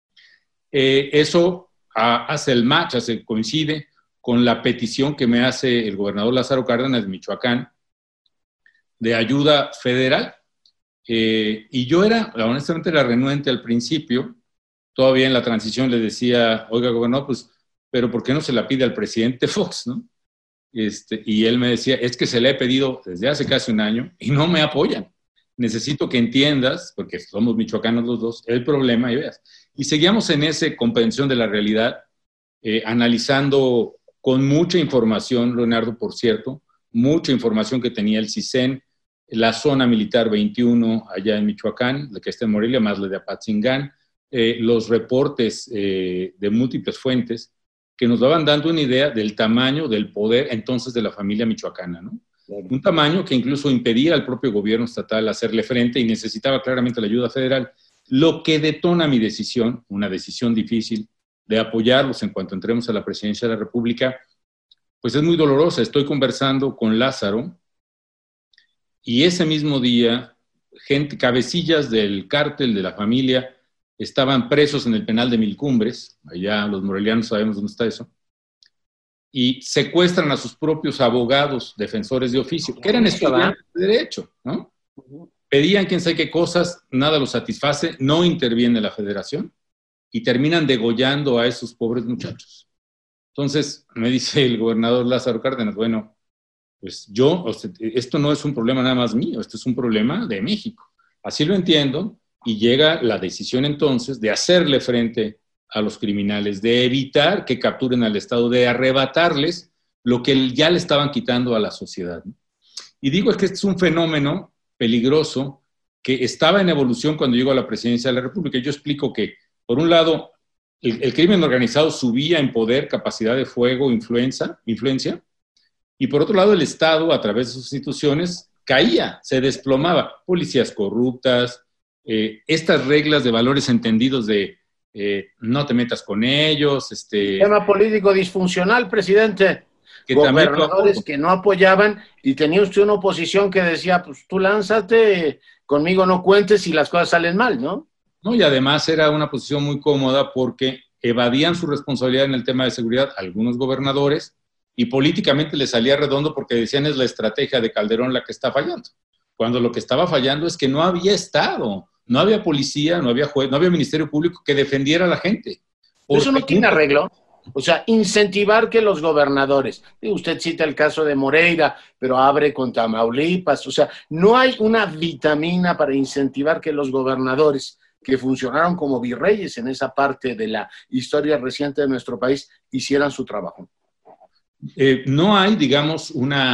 Eso hace el match, coincide con la petición que me hace el gobernador Lázaro Cárdenas de Michoacán de ayuda federal. Y yo honestamente era renuente al principio, todavía en la transición le decía, oiga, gobernador, pues, pero ¿por qué no se la pide al presidente Fox, no? Y él me decía, es que se le he pedido desde hace casi un año y no me apoyan. Necesito que entiendas, porque somos michoacanos los dos, el problema y veas. Y seguíamos en esa comprensión de la realidad, analizando con mucha información, Leonardo, por cierto, mucha información que tenía el CISEN, la zona militar 21 allá en Michoacán, la que está en Morelia, más la de Apatzingán, los reportes de múltiples fuentes que nos daban dando una idea del tamaño del poder entonces de la familia michoacana, ¿no? Claro. Un tamaño que incluso impedía al propio gobierno estatal hacerle frente y necesitaba claramente la ayuda federal, lo que detona mi decisión, una decisión difícil, de apoyarlos en cuanto entremos a la presidencia de la República, pues es muy dolorosa. Estoy conversando con Lázaro y ese mismo día, cabecillas del cártel de la familia estaban presos en el penal de Mil Cumbres, allá los morelianos sabemos dónde está eso, y secuestran a sus propios abogados, defensores de oficio, que eran estudiantes de derecho, ¿no? Pedían quién sabe qué cosas, nada los satisface, no interviene la federación y terminan degollando a esos pobres muchachos. Entonces, me dice el gobernador Lázaro Cárdenas, bueno, pues esto no es un problema nada más mío, esto es un problema de México. Así lo entiendo. Y llega la decisión entonces de hacerle frente a los criminales, de evitar que capturen al Estado, de arrebatarles lo que ya le estaban quitando a la sociedad. Y digo es que este es un fenómeno peligroso que estaba en evolución cuando llegó a la presidencia de la República. Yo explico que, por un lado, el crimen organizado subía en poder, capacidad de fuego, influencia, y por otro lado el Estado, a través de sus instituciones, caía, se desplomaba. Policías corruptas, estas reglas de valores entendidos de no te metas con ellos. Tema político disfuncional, presidente. Gobernadores que no apoyaban y tenía usted una oposición que decía, pues tú lánzate, conmigo no cuentes y las cosas salen mal, ¿no? No, y además era una posición muy cómoda porque evadían su responsabilidad en el tema de seguridad algunos gobernadores y políticamente les salía redondo porque decían es la estrategia de Calderón la que está fallando. Cuando lo que estaba fallando es que no había Estado. No había policía, no había juez, no había ministerio público que defendiera a la gente. Eso no tiene arreglo. O sea, incentivar que los gobernadores, usted cita el caso de Moreira, pero abre con Tamaulipas, o sea, no hay una vitamina para incentivar que los gobernadores que funcionaron como virreyes en esa parte de la historia reciente de nuestro país hicieran su trabajo. No hay, digamos,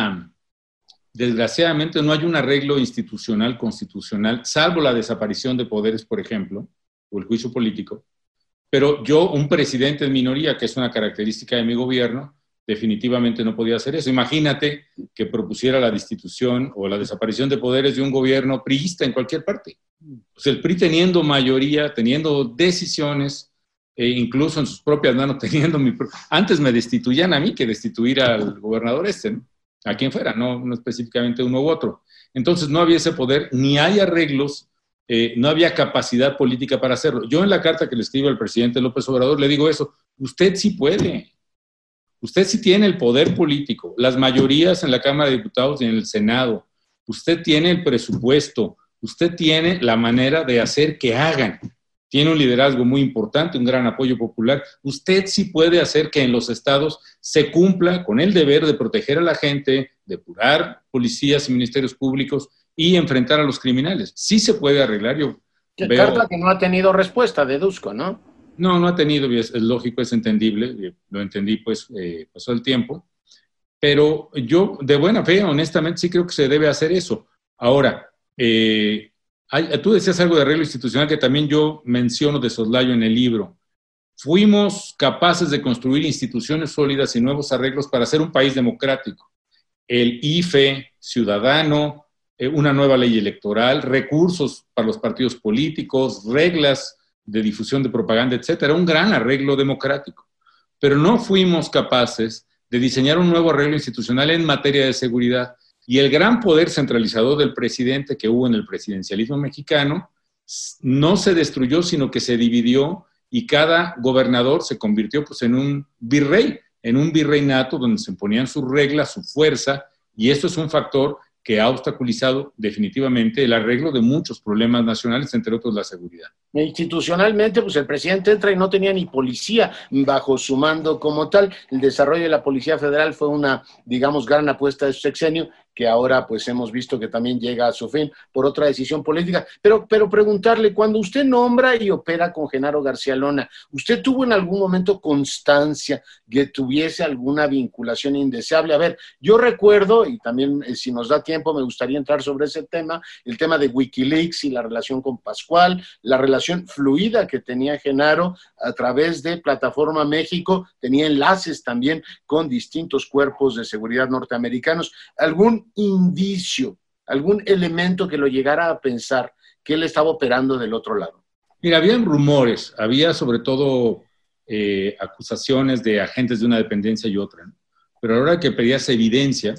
desgraciadamente no hay un arreglo institucional, constitucional, salvo la desaparición de poderes, por ejemplo, o el juicio político. Pero yo, un presidente en minoría, que es una característica de mi gobierno, definitivamente no podía hacer eso. Imagínate que propusiera la destitución o la desaparición de poderes de un gobierno priista en cualquier parte. O sea, el PRI teniendo mayoría, teniendo decisiones, incluso en sus propias manos, antes me destituían a mí que destituir al gobernador ¿no? A quien fuera, no específicamente uno u otro. Entonces no había ese poder, ni hay arreglos, no había capacidad política para hacerlo. Yo en la carta que le escribo al presidente López Obrador le digo eso, usted sí puede, usted sí tiene el poder político, las mayorías en la Cámara de Diputados y en el Senado, usted tiene el presupuesto, usted tiene la manera de hacer que hagan. tiene un liderazgo muy importante, un gran apoyo popular. Usted sí puede hacer que en los estados se cumpla con el deber de proteger a la gente, depurar policías y ministerios públicos y enfrentar a los criminales. Sí se puede arreglar, yo veo... Carta que no ha tenido respuesta, deduzco, ¿no? No, no ha tenido, y es lógico, es entendible, lo entendí, pues pasó el tiempo, pero yo de buena fe, honestamente, sí creo que se debe hacer eso. Ahora, tú decías algo de arreglo institucional que también yo menciono de soslayo en el libro. Fuimos capaces de construir instituciones sólidas y nuevos arreglos para ser un país democrático. El IFE ciudadano, una nueva ley electoral, recursos para los partidos políticos, reglas de difusión de propaganda, etcétera, un gran arreglo democrático. Pero no fuimos capaces de diseñar un nuevo arreglo institucional en materia de seguridad. Y el gran poder centralizador del presidente que hubo en el presidencialismo mexicano no se destruyó, sino que se dividió y cada gobernador se convirtió pues, en un virreinato donde se imponían sus reglas, su fuerza, y esto es un factor que ha obstaculizado definitivamente el arreglo de muchos problemas nacionales, entre otros la seguridad. Institucionalmente, pues el presidente entra y no tenía ni policía bajo su mando como tal. El desarrollo de la Policía Federal fue una, digamos, gran apuesta de su sexenio, que ahora pues hemos visto que también llega a su fin por otra decisión política. Pero preguntarle, cuando usted nombra y opera con Genaro García Luna, ¿usted tuvo en algún momento constancia que tuviese alguna vinculación indeseable? A ver, yo recuerdo, y también si nos da tiempo me gustaría entrar sobre ese tema, el tema de Wikileaks y la relación con Pascual, la relación fluida que tenía Genaro a través de Plataforma México, tenía enlaces también con distintos cuerpos de seguridad norteamericanos. ¿Algún indicio, algún elemento que lo llegara a pensar que él estaba operando del otro lado? Mira, habían rumores, había sobre todo acusaciones de agentes de una dependencia y otra, ¿no? Pero a la hora que pedías evidencia,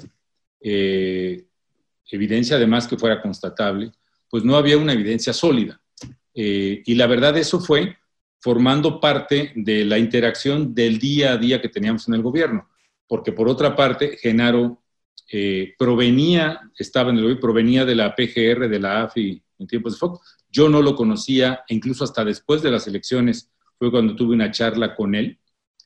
evidencia además que fuera constatable, pues no había una evidencia sólida. Y la verdad eso fue formando parte de la interacción del día a día que teníamos en el gobierno, porque por otra parte Genaro estaba en el gobierno, provenía de la PGR, de la AFI en tiempos de Fox. Yo no lo conocía, incluso hasta después de las elecciones fue cuando tuve una charla con él.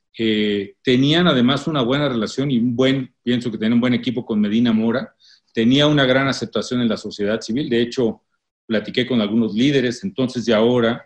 Tenían además una buena relación y pienso que tenían un buen equipo con Medina Mora, tenía una gran aceptación en la sociedad civil, de hecho platiqué con algunos líderes entonces y ahora,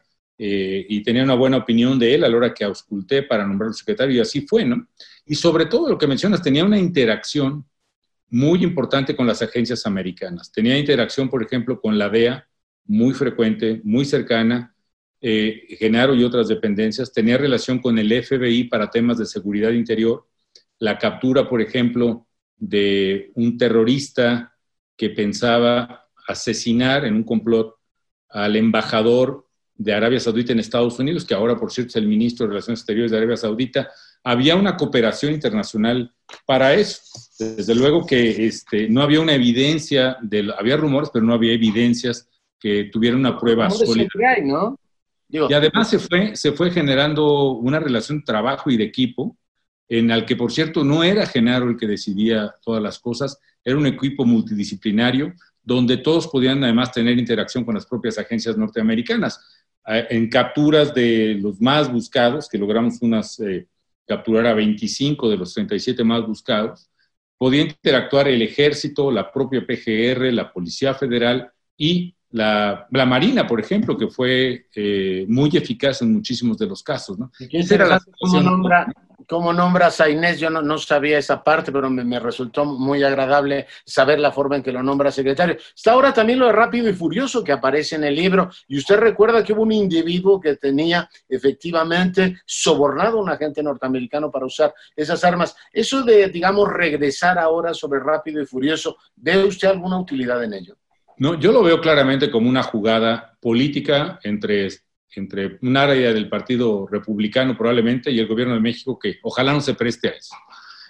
y tenía una buena opinión de él a la hora que ausculté para nombrarlo secretario, y así fue, ¿no? Y sobre todo lo que mencionas, tenía una interacción muy importante con las agencias americanas. Tenía interacción, por ejemplo, con la DEA, muy frecuente, muy cercana, Genaro y otras dependencias. Tenía relación con el FBI para temas de seguridad interior. La captura, por ejemplo, de un terrorista que pensaba asesinar en un complot al embajador de Arabia Saudita en Estados Unidos, que ahora, por cierto, es el ministro de Relaciones Exteriores de Arabia Saudita. Había una cooperación internacional para eso. Desde luego que no había una evidencia, había rumores, pero no había evidencias que tuvieran una prueba sólida. Hay, ¿no? Y además se fue generando una relación de trabajo y de equipo, en el que, por cierto, no era Genaro el que decidía todas las cosas, era un equipo multidisciplinario, donde todos podían además tener interacción con las propias agencias norteamericanas. En capturas de los más buscados, que logramos capturar a 25 de los 37 más buscados, podía interactuar el Ejército, la propia PGR, la Policía Federal y la Marina, por ejemplo, que fue muy eficaz en muchísimos de los casos, ¿no? Esa era la situación. ¿Cómo nombras a Inés? Yo no sabía esa parte, pero me resultó muy agradable saber la forma en que lo nombra secretario. Está ahora también lo de Rápido y Furioso que aparece en el libro, y usted recuerda que hubo un individuo que tenía efectivamente sobornado a un agente norteamericano para usar esas armas. Eso de, digamos, regresar ahora sobre Rápido y Furioso, ¿ve usted alguna utilidad en ello? No, yo lo veo claramente como una jugada política entre un área del Partido Republicano probablemente y el gobierno de México, que ojalá no se preste a eso.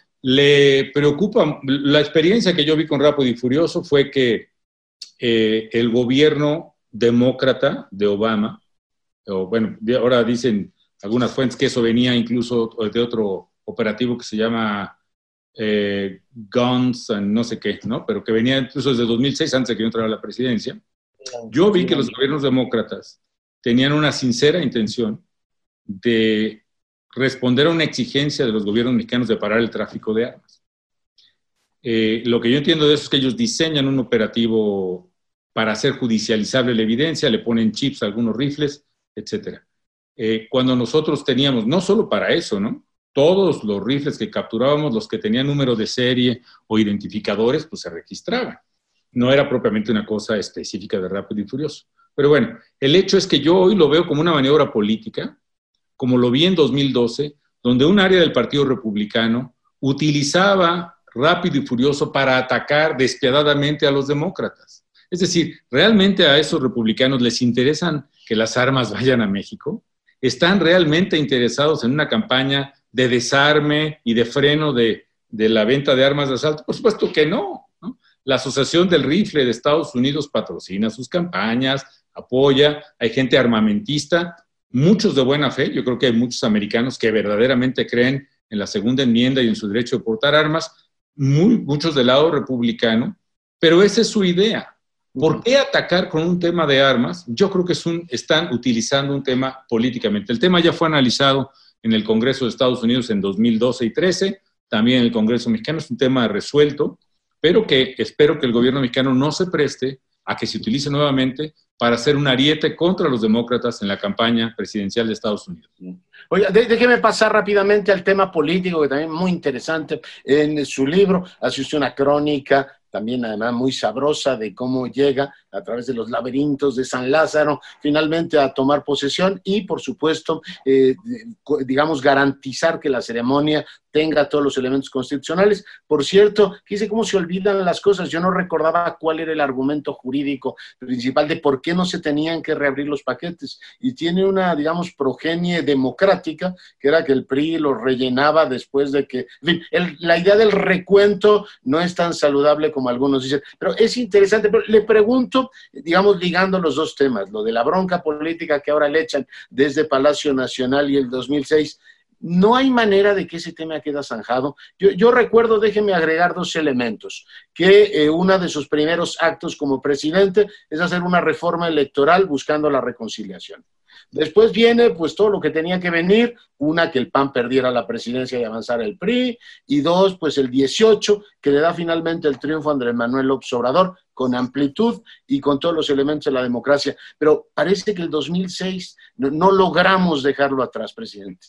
Le preocupa, la experiencia que yo vi con Rápido y Furioso fue que el gobierno demócrata de Obama, o bueno, ahora dicen algunas fuentes que eso venía incluso de otro operativo que se llama Guns and no sé qué, ¿no? Pero que venía incluso desde 2006, antes de que yo entrara a la presidencia. Yo vi que los gobiernos demócratas tenían una sincera intención de responder a una exigencia de los gobiernos mexicanos de parar el tráfico de armas. Lo que yo entiendo de eso es que ellos diseñan un operativo para hacer judicializable la evidencia, le ponen chips a algunos rifles, etc. Cuando nosotros teníamos, no solo para eso, ¿no? Todos los rifles que capturábamos, los que tenían número de serie o identificadores, pues se registraban. No era propiamente una cosa específica de Rápido y Furioso. Pero bueno, el hecho es que yo hoy lo veo como una maniobra política, como lo vi en 2012, donde un área del Partido Republicano utilizaba Rápido y Furioso para atacar despiadadamente a los demócratas. Es decir, ¿realmente a esos republicanos les interesan que las armas vayan a México? ¿Están realmente interesados en una campaña de desarme y de freno de la venta de armas de asalto? Por supuesto que no, ¿no? La Asociación del Rifle de Estados Unidos patrocina sus campañas, apoya, hay gente armamentista, muchos de buena fe. Yo creo que hay muchos americanos que verdaderamente creen en la segunda enmienda y en su derecho de portar armas, muchos del lado republicano, pero esa es su idea. ¿Por qué atacar con un tema de armas? Yo creo que están utilizando un tema políticamente. El tema ya fue analizado en el Congreso de Estados Unidos en 2012 y 2013, también en el Congreso mexicano, es un tema resuelto, pero que espero que el gobierno mexicano no se preste a que se utilice nuevamente para hacer un ariete contra los demócratas en la campaña presidencial de Estados Unidos. Oye, déjeme pasar rápidamente al tema político, que también es muy interesante. En su libro hace usted una crónica, también además muy sabrosa, de cómo llega a través de los laberintos de San Lázaro finalmente a tomar posesión y, por supuesto, digamos, garantizar que la ceremonia tenga todos los elementos constitucionales. Por cierto, fíjese cómo se olvidan las cosas. Yo no recordaba cuál era el argumento jurídico principal de por qué no se tenían que reabrir los paquetes. Y tiene una, digamos, progenie democrática, que era que el PRI los rellenaba después de que... En fin, la idea del recuento no es tan saludable como algunos dicen. Pero es interesante. Pero le pregunto, digamos, ligando los dos temas, lo de la bronca política que ahora le echan desde Palacio Nacional y el 2006, no hay manera de que ese tema quede zanjado. Yo recuerdo, déjeme agregar dos elementos, que uno de sus primeros actos como presidente es hacer una reforma electoral buscando la reconciliación. Después viene pues todo lo que tenía que venir, una, que el PAN perdiera la presidencia y avanzara el PRI, y dos, pues el 18, que le da finalmente el triunfo a Andrés Manuel López Obrador, con amplitud y con todos los elementos de la democracia. Pero parece que el 2006 no logramos dejarlo atrás, presidente.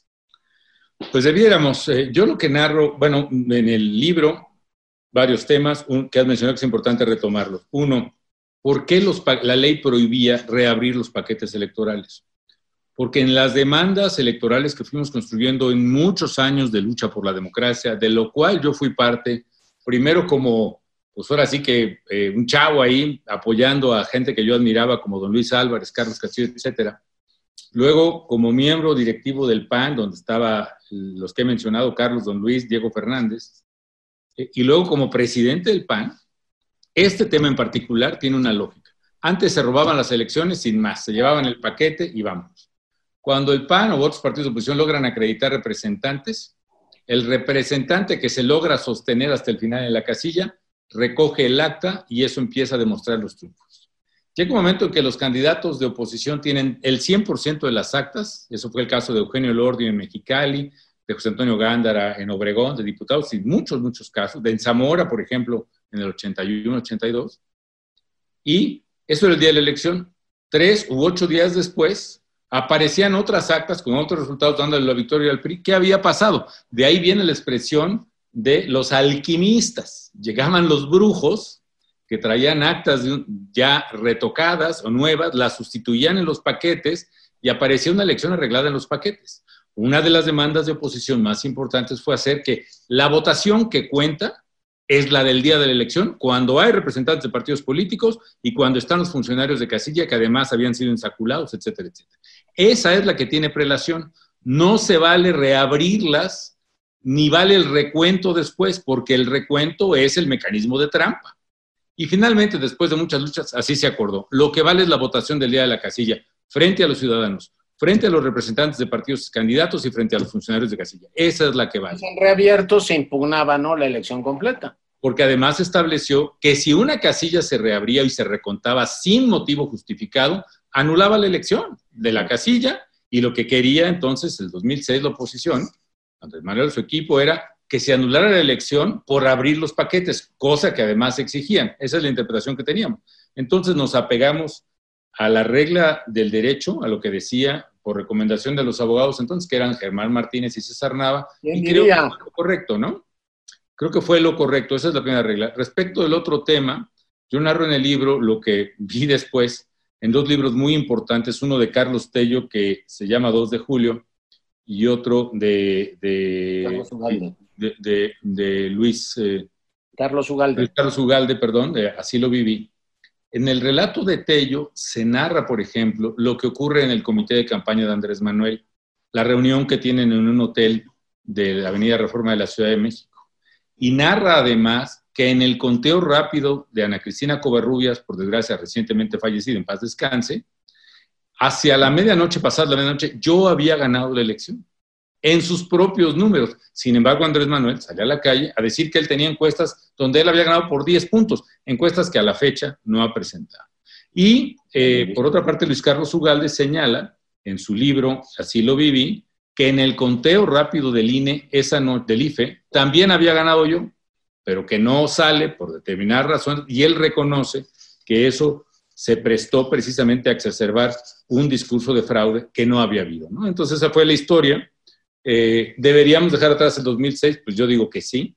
Pues debiéramos. Yo lo que narro, bueno, en el libro, varios temas que has mencionado que es importante retomarlos. Uno, ¿por qué la ley prohibía reabrir los paquetes electorales? Porque en las demandas electorales que fuimos construyendo en muchos años de lucha por la democracia, de lo cual yo fui parte, primero como, pues ahora sí que un chavo ahí apoyando a gente que yo admiraba como don Luis Álvarez, Carlos Castillo, etcétera. Luego, como miembro directivo del PAN, donde estaban los que he mencionado, Carlos, don Luis, Diego Fernández, y luego como presidente del PAN, este tema en particular tiene una lógica. Antes se robaban las elecciones sin más, se llevaban el paquete y vámonos. Cuando el PAN o otros partidos de oposición logran acreditar representantes, el representante que se logra sostener hasta el final en la casilla recoge el acta y eso empieza a demostrar los triunfos. Llega un momento en que los candidatos de oposición tienen el 100% de las actas, eso fue el caso de Eugenio Elordi en Mexicali, de José Antonio Gándara en Obregón, de diputados, y muchos casos, de en Zamora, por ejemplo, en el 81, 82, y eso era el día de la elección. 3 u 8 días después, aparecían otras actas con otros resultados dándole la victoria al PRI. ¿Qué había pasado? De ahí viene la expresión de los alquimistas. Llegaban los brujos que traían actas ya retocadas o nuevas, las sustituían en los paquetes y aparecía una elección arreglada en los paquetes. Una de las demandas de oposición más importantes fue hacer que la votación que cuenta es la del día de la elección, cuando hay representantes de partidos políticos y cuando están los funcionarios de casilla que además habían sido ensaculados, etcétera, etcétera. Esa es la que tiene prelación. No se vale reabrirlas, ni vale el recuento después, porque el recuento es el mecanismo de trampa. Y finalmente, después de muchas luchas, así se acordó. Lo que vale es la votación del día de la casilla, frente a los ciudadanos, frente a los representantes de partidos candidatos y frente a los funcionarios de casilla. Esa es la que vale. En reabierto se impugnaba, ¿no?, la elección completa. Porque además estableció que si una casilla se reabría y se recontaba sin motivo justificado, anulaba la elección de la casilla, y lo que quería entonces el 2006 la oposición, Andrés Manuel y su equipo, era que se anulara la elección por abrir los paquetes, cosa que además exigían. Esa es la interpretación que teníamos. Entonces nos apegamos a la regla del derecho, a lo que decía por recomendación de los abogados entonces, que eran Germán Martínez y César Nava, y creo que fue lo correcto, ¿no? Creo que fue lo correcto, esa es la primera regla. Respecto del otro tema, yo narro en el libro lo que vi después, en dos libros muy importantes, uno de Carlos Tello, que se llama 2 de julio, y otro de Luis Carlos Ugalde. Carlos Ugalde, perdón, Así lo viví. En el relato de Tello se narra, por ejemplo, lo que ocurre en el comité de campaña de Andrés Manuel, la reunión que tienen en un hotel de la Avenida Reforma de la Ciudad de México. Y narra además que en el conteo rápido de Ana Cristina Covarrubias, por desgracia recientemente fallecida, en paz descanse, hacia la medianoche, pasada la medianoche, yo había ganado la elección en sus propios números. Sin embargo, Andrés Manuel salió a la calle a decir que él tenía encuestas donde él había ganado por 10 puntos, encuestas que a la fecha no ha presentado. Y, por otra parte, Luis Carlos Ugalde señala en su libro Así lo viví, que en el conteo rápido del INE, del IFE, también había ganado yo, pero que no sale por determinadas razones, y él reconoce que eso se prestó precisamente a exacerbar un discurso de fraude que no había habido, ¿no? Entonces esa fue la historia. ¿Deberíamos dejar atrás el 2006? Pues yo digo que sí,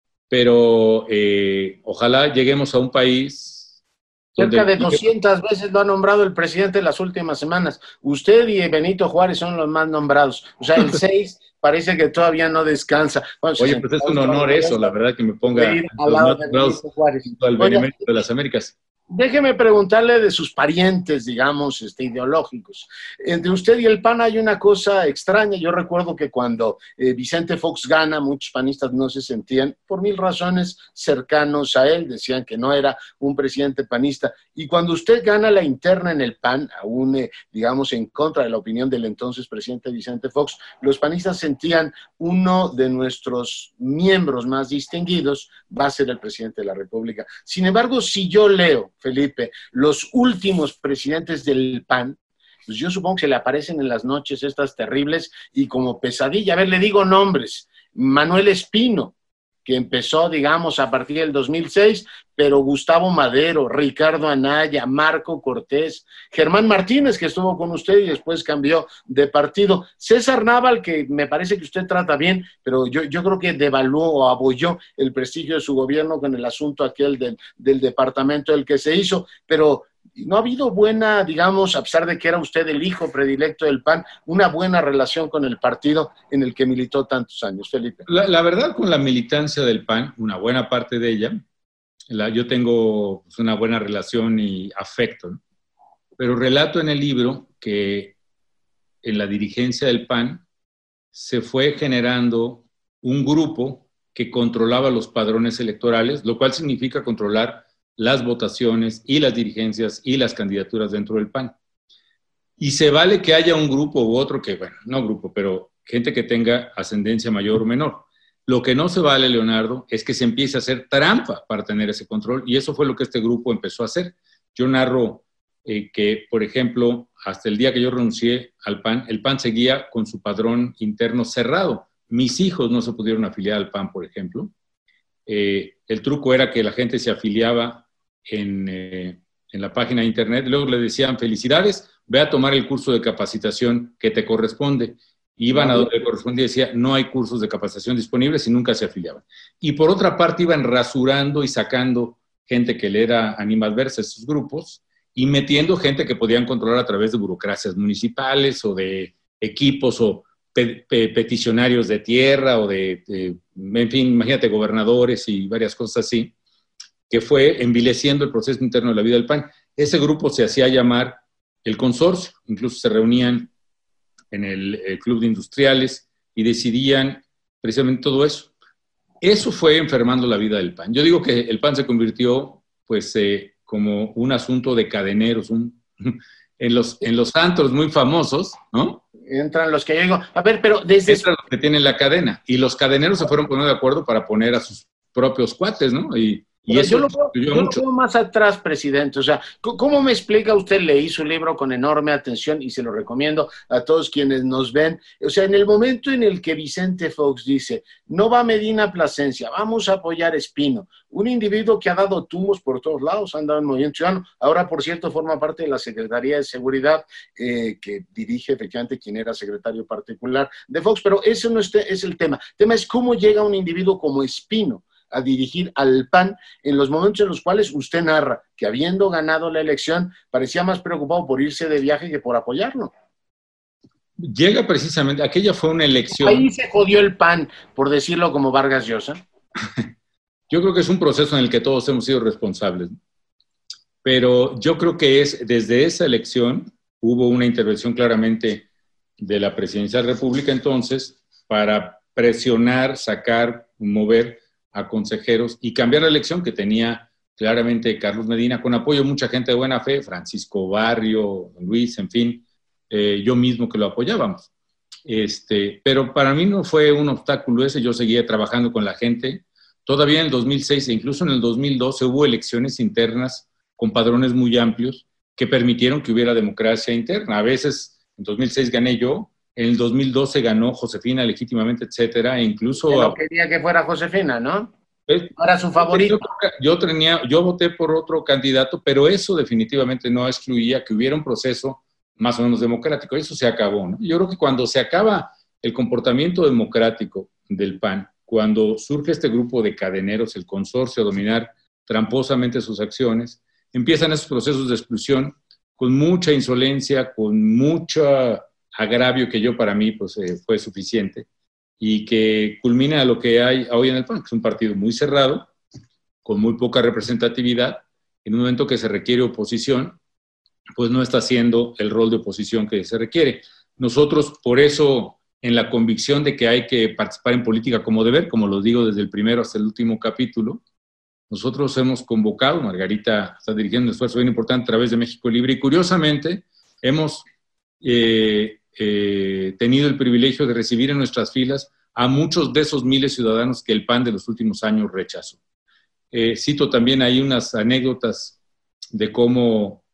pero ojalá lleguemos a un país... Cerca de 200 veces lo ha nombrado el presidente en las últimas semanas. Usted y Benito Juárez son los más nombrados. O sea, el 6 parece que todavía no descansa. Bueno, oye, pues es un honor eso, la verdad, que me ponga al lado de Benito Juárez. Al Benemérito de las Américas. Déjeme preguntarle de sus parientes, digamos, ideológicos. Entre usted y el PAN hay una cosa extraña. Yo recuerdo que cuando Vicente Fox gana, muchos panistas no se sentían, por mil razones, cercanos a él. Decían que no era un presidente panista. Y cuando usted gana la interna en el PAN, aún, digamos, en contra de la opinión del entonces presidente Vicente Fox, los panistas sentían uno de nuestros miembros más distinguidos va a ser el presidente de la República. Sin embargo, si yo leo, Felipe, los últimos presidentes del PAN, pues yo supongo que se le aparecen en las noches estas terribles y como pesadilla. A ver, le digo nombres. Manuel Espino, que empezó, digamos, a partir del 2006, pero Gustavo Madero, Ricardo Anaya, Marco Cortés, Germán Martínez, que estuvo con usted y después cambió de partido, César Naval, que me parece que usted trata bien, pero yo creo que devaluó o abolló el prestigio de su gobierno con el asunto aquel del departamento del que se hizo, pero no ha habido buena, digamos, a pesar de que era usted el hijo predilecto del PAN, una buena relación con el partido en el que militó tantos años, Felipe. La verdad, con la militancia del PAN, una buena parte de ella, yo tengo pues, una buena relación y afecto, ¿no? Pero relato en el libro que en la dirigencia del PAN se fue generando un grupo que controlaba los padrones electorales, lo cual significa controlar las votaciones y las dirigencias y las candidaturas dentro del PAN. Y se vale que haya un grupo u otro que, bueno, no grupo, pero gente que tenga ascendencia mayor o menor. Lo que no se vale, Leonardo, es que se empiece a hacer trampa para tener ese control, y eso fue lo que este grupo empezó a hacer. Yo narro que, por ejemplo, hasta el día que yo renuncié al PAN, el PAN seguía con su padrón interno cerrado. Mis hijos no se pudieron afiliar al PAN, por ejemplo. El truco era que la gente se afiliaba en la página de internet, luego le decían felicidades, ve a tomar el curso de capacitación que te corresponde. Iban a donde le correspondía y decía, no hay cursos de capacitación disponibles, y nunca se afiliaban. Y por otra parte iban rasurando y sacando gente que le era animadversa a esos grupos y metiendo gente que podían controlar a través de burocracias municipales o de equipos o peticionarios de tierra o en fin, imagínate, gobernadores y varias cosas así, que fue envileciendo el proceso interno de la vida del PAN. Ese grupo se hacía llamar el consorcio, incluso se reunían en el Club de Industriales y decidían precisamente todo eso. Eso fue enfermando la vida del PAN. Yo digo que el PAN se convirtió, pues, como un asunto de cadeneros, en los antros muy famosos, ¿no? Entran los que yo digo, a ver, pero desde... Entran los que tienen la cadena, y los cadeneros se fueron poniendo de acuerdo para poner a sus propios cuates, ¿no? Y Y Pero eso excluyó yo lo mucho. veo más atrás, presidente. O sea, ¿cómo me explica usted? Leí su libro con enorme atención y se lo recomiendo a todos quienes nos ven. O sea, en el momento en el que Vicente Fox dice, no va Medina Plasencia, vamos a apoyar a Espino, un individuo que ha dado tumbos por todos lados, ha andado en Movimiento Ciudadano. Ahora, por cierto, forma parte de la Secretaría de Seguridad que dirige efectivamente quien era secretario particular de Fox. Pero ese no es el tema. El tema es cómo llega un individuo como Espino a dirigir al PAN en los momentos en los cuales usted narra que habiendo ganado la elección parecía más preocupado por irse de viaje que por apoyarlo. Llega precisamente, aquella fue una Ahí elección. se jodió el PAN, por decirlo como Vargas Llosa. Yo creo que es un proceso en el que todos hemos sido responsables, pero yo creo que desde esa elección hubo una intervención claramente de la Presidencia de la República entonces para presionar, sacar, mover a consejeros y cambiar la elección que tenía claramente Carlos Medina, con apoyo de mucha gente de buena fe, Francisco Barrio, Luis, en fin, yo mismo que lo apoyábamos. Pero para mí no fue un obstáculo ese, yo seguía trabajando con la gente. Todavía en el 2006 e incluso en el 2012 hubo elecciones internas con padrones muy amplios que permitieron que hubiera democracia interna. A veces en 2006 gané yo, en el 2012 ganó Josefina legítimamente, etcétera, e Que no incluso quería que fuera Josefina, ¿no? pues, No era su favorito. yo voté por otro candidato, pero eso definitivamente no excluía que hubiera un proceso más o menos democrático. Eso se acabó, ¿no? Yo creo que cuando se acaba el comportamiento democrático del PAN, cuando surge este grupo de cadeneros, el consorcio, a dominar tramposamente sus acciones, empiezan esos procesos de exclusión con mucha insolencia, con mucho agravio que yo para mí pues, fue suficiente y que culmina a lo que hay hoy en el PAN, que es un partido muy cerrado, con muy poca representatividad, en un momento que se requiere oposición, pues no está haciendo el rol de oposición que se requiere. Nosotros, por eso, en la convicción de que hay que participar en política como deber, como lo digo desde el primero hasta el último capítulo, nosotros hemos convocado, Margarita está dirigiendo un esfuerzo bien importante a través de México Libre y curiosamente hemos tenido el privilegio de recibir en nuestras filas a muchos de esos miles de ciudadanos que el PAN de los últimos años rechazó. Cito también ahí unas anécdotas de cómo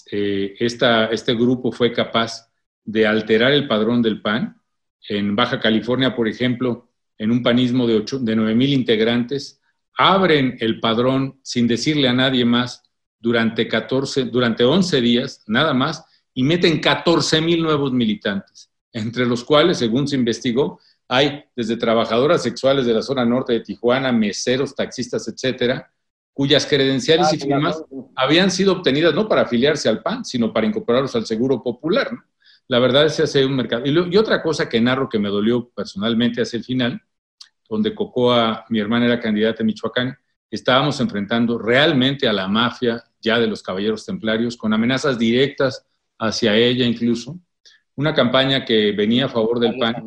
este grupo fue capaz de alterar el padrón del PAN. En Baja California, por ejemplo, en un panismo de 9,000 integrantes, abren el padrón sin decirle a nadie más durante 11 días, nada más, y meten 14,000 nuevos militantes, entre los cuales, según se investigó, hay desde trabajadoras sexuales de la zona norte de Tijuana, meseros, taxistas, etcétera, cuyas credenciales y firmas habían sido obtenidas no para afiliarse al PAN, sino para incorporarlos al Seguro Popular, ¿no? La verdad es que hace un mercado. Y otra cosa que narro que me dolió personalmente hacia el final, donde Cocoa, mi hermana, era candidata en Michoacán, estábamos enfrentando realmente a la mafia ya de los caballeros templarios, con amenazas directas hacia ella incluso. Una campaña que venía a favor del PAN.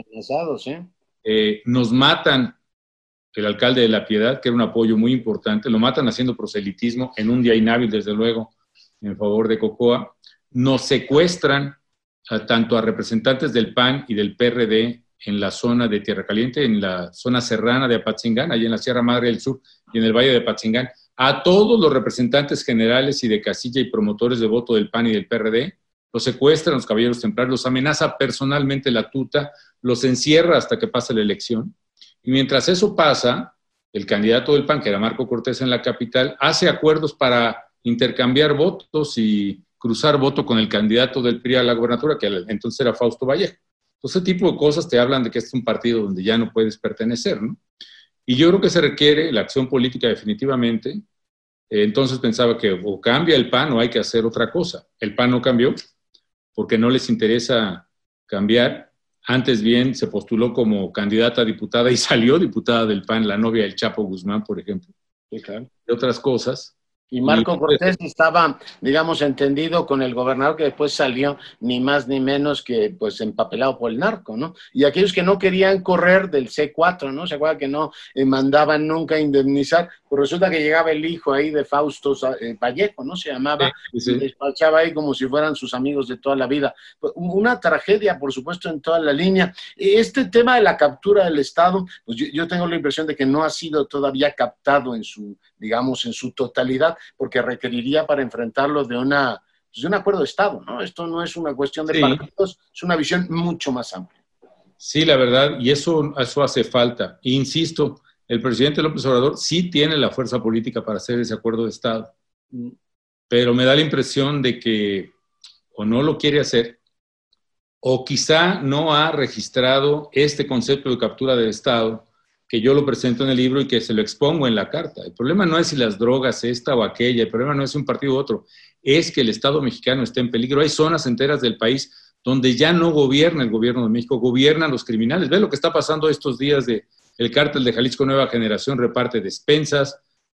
Nos matan el alcalde de La Piedad, que era un apoyo muy importante, lo matan haciendo proselitismo en un día inhábil, desde luego, en favor de Cocoa. Nos secuestran tanto a representantes del PAN y del PRD en la zona de Tierra Caliente, en la zona serrana de Apatzingán, allí en la Sierra Madre del Sur y en el Valle de Apatzingán, a todos los representantes generales y de casilla y promotores de voto del PAN y del PRD, los secuestran los caballeros templarios, los amenaza personalmente la tuta, los encierra hasta que pase la elección. Y mientras eso pasa, el candidato del PAN, que era Marco Cortés en la capital, hace acuerdos para intercambiar votos y cruzar voto con el candidato del PRI a la gobernatura, que entonces era Fausto Vallejo. Ese tipo de cosas te hablan de que este es un partido donde ya no puedes pertenecer, ¿no? Y yo creo que se requiere la acción política definitivamente. Entonces pensaba que o cambia el PAN o hay que hacer otra cosa. El PAN no cambió porque no les interesa cambiar. Antes bien se postuló como candidata a diputada y salió diputada del PAN, la novia del Chapo Guzmán, por ejemplo. Sí, claro. Y otras cosas. Y Marco Cortés estaba, digamos, entendido con el gobernador que después salió ni más ni menos que pues empapelado por el narco, ¿no? Y aquellos que no querían correr del C4, ¿no? Se acuerda que no mandaban nunca a indemnizar, pues resulta que llegaba el hijo ahí de Fausto Vallejo, ¿no? Se llamaba, sí. Y despachaba ahí como si fueran sus amigos de toda la vida. Una tragedia, por supuesto, en toda la línea. Este tema de la captura del Estado, pues yo tengo la impresión de que no ha sido todavía captado en su digamos, en su totalidad, porque requeriría para enfrentarlo de un acuerdo de Estado, ¿no? Esto no es una cuestión de Sí, partidos, es una visión mucho más amplia. sí, la verdad, y eso hace falta. E insisto, el presidente López Obrador sí tiene la fuerza política para hacer ese acuerdo de Estado, pero me da la impresión de que o no lo quiere hacer, o quizá no ha registrado este concepto de captura del Estado, que yo lo presento en el libro y que se lo expongo en la carta. El problema no es si las drogas, esta o aquella, el problema no es si un partido u otro, es que el Estado mexicano está en peligro. Hay zonas enteras del país donde ya no gobierna el gobierno de México, gobiernan los criminales. Ve lo que está pasando estos días de el cártel de Jalisco Nueva Generación reparte despensas,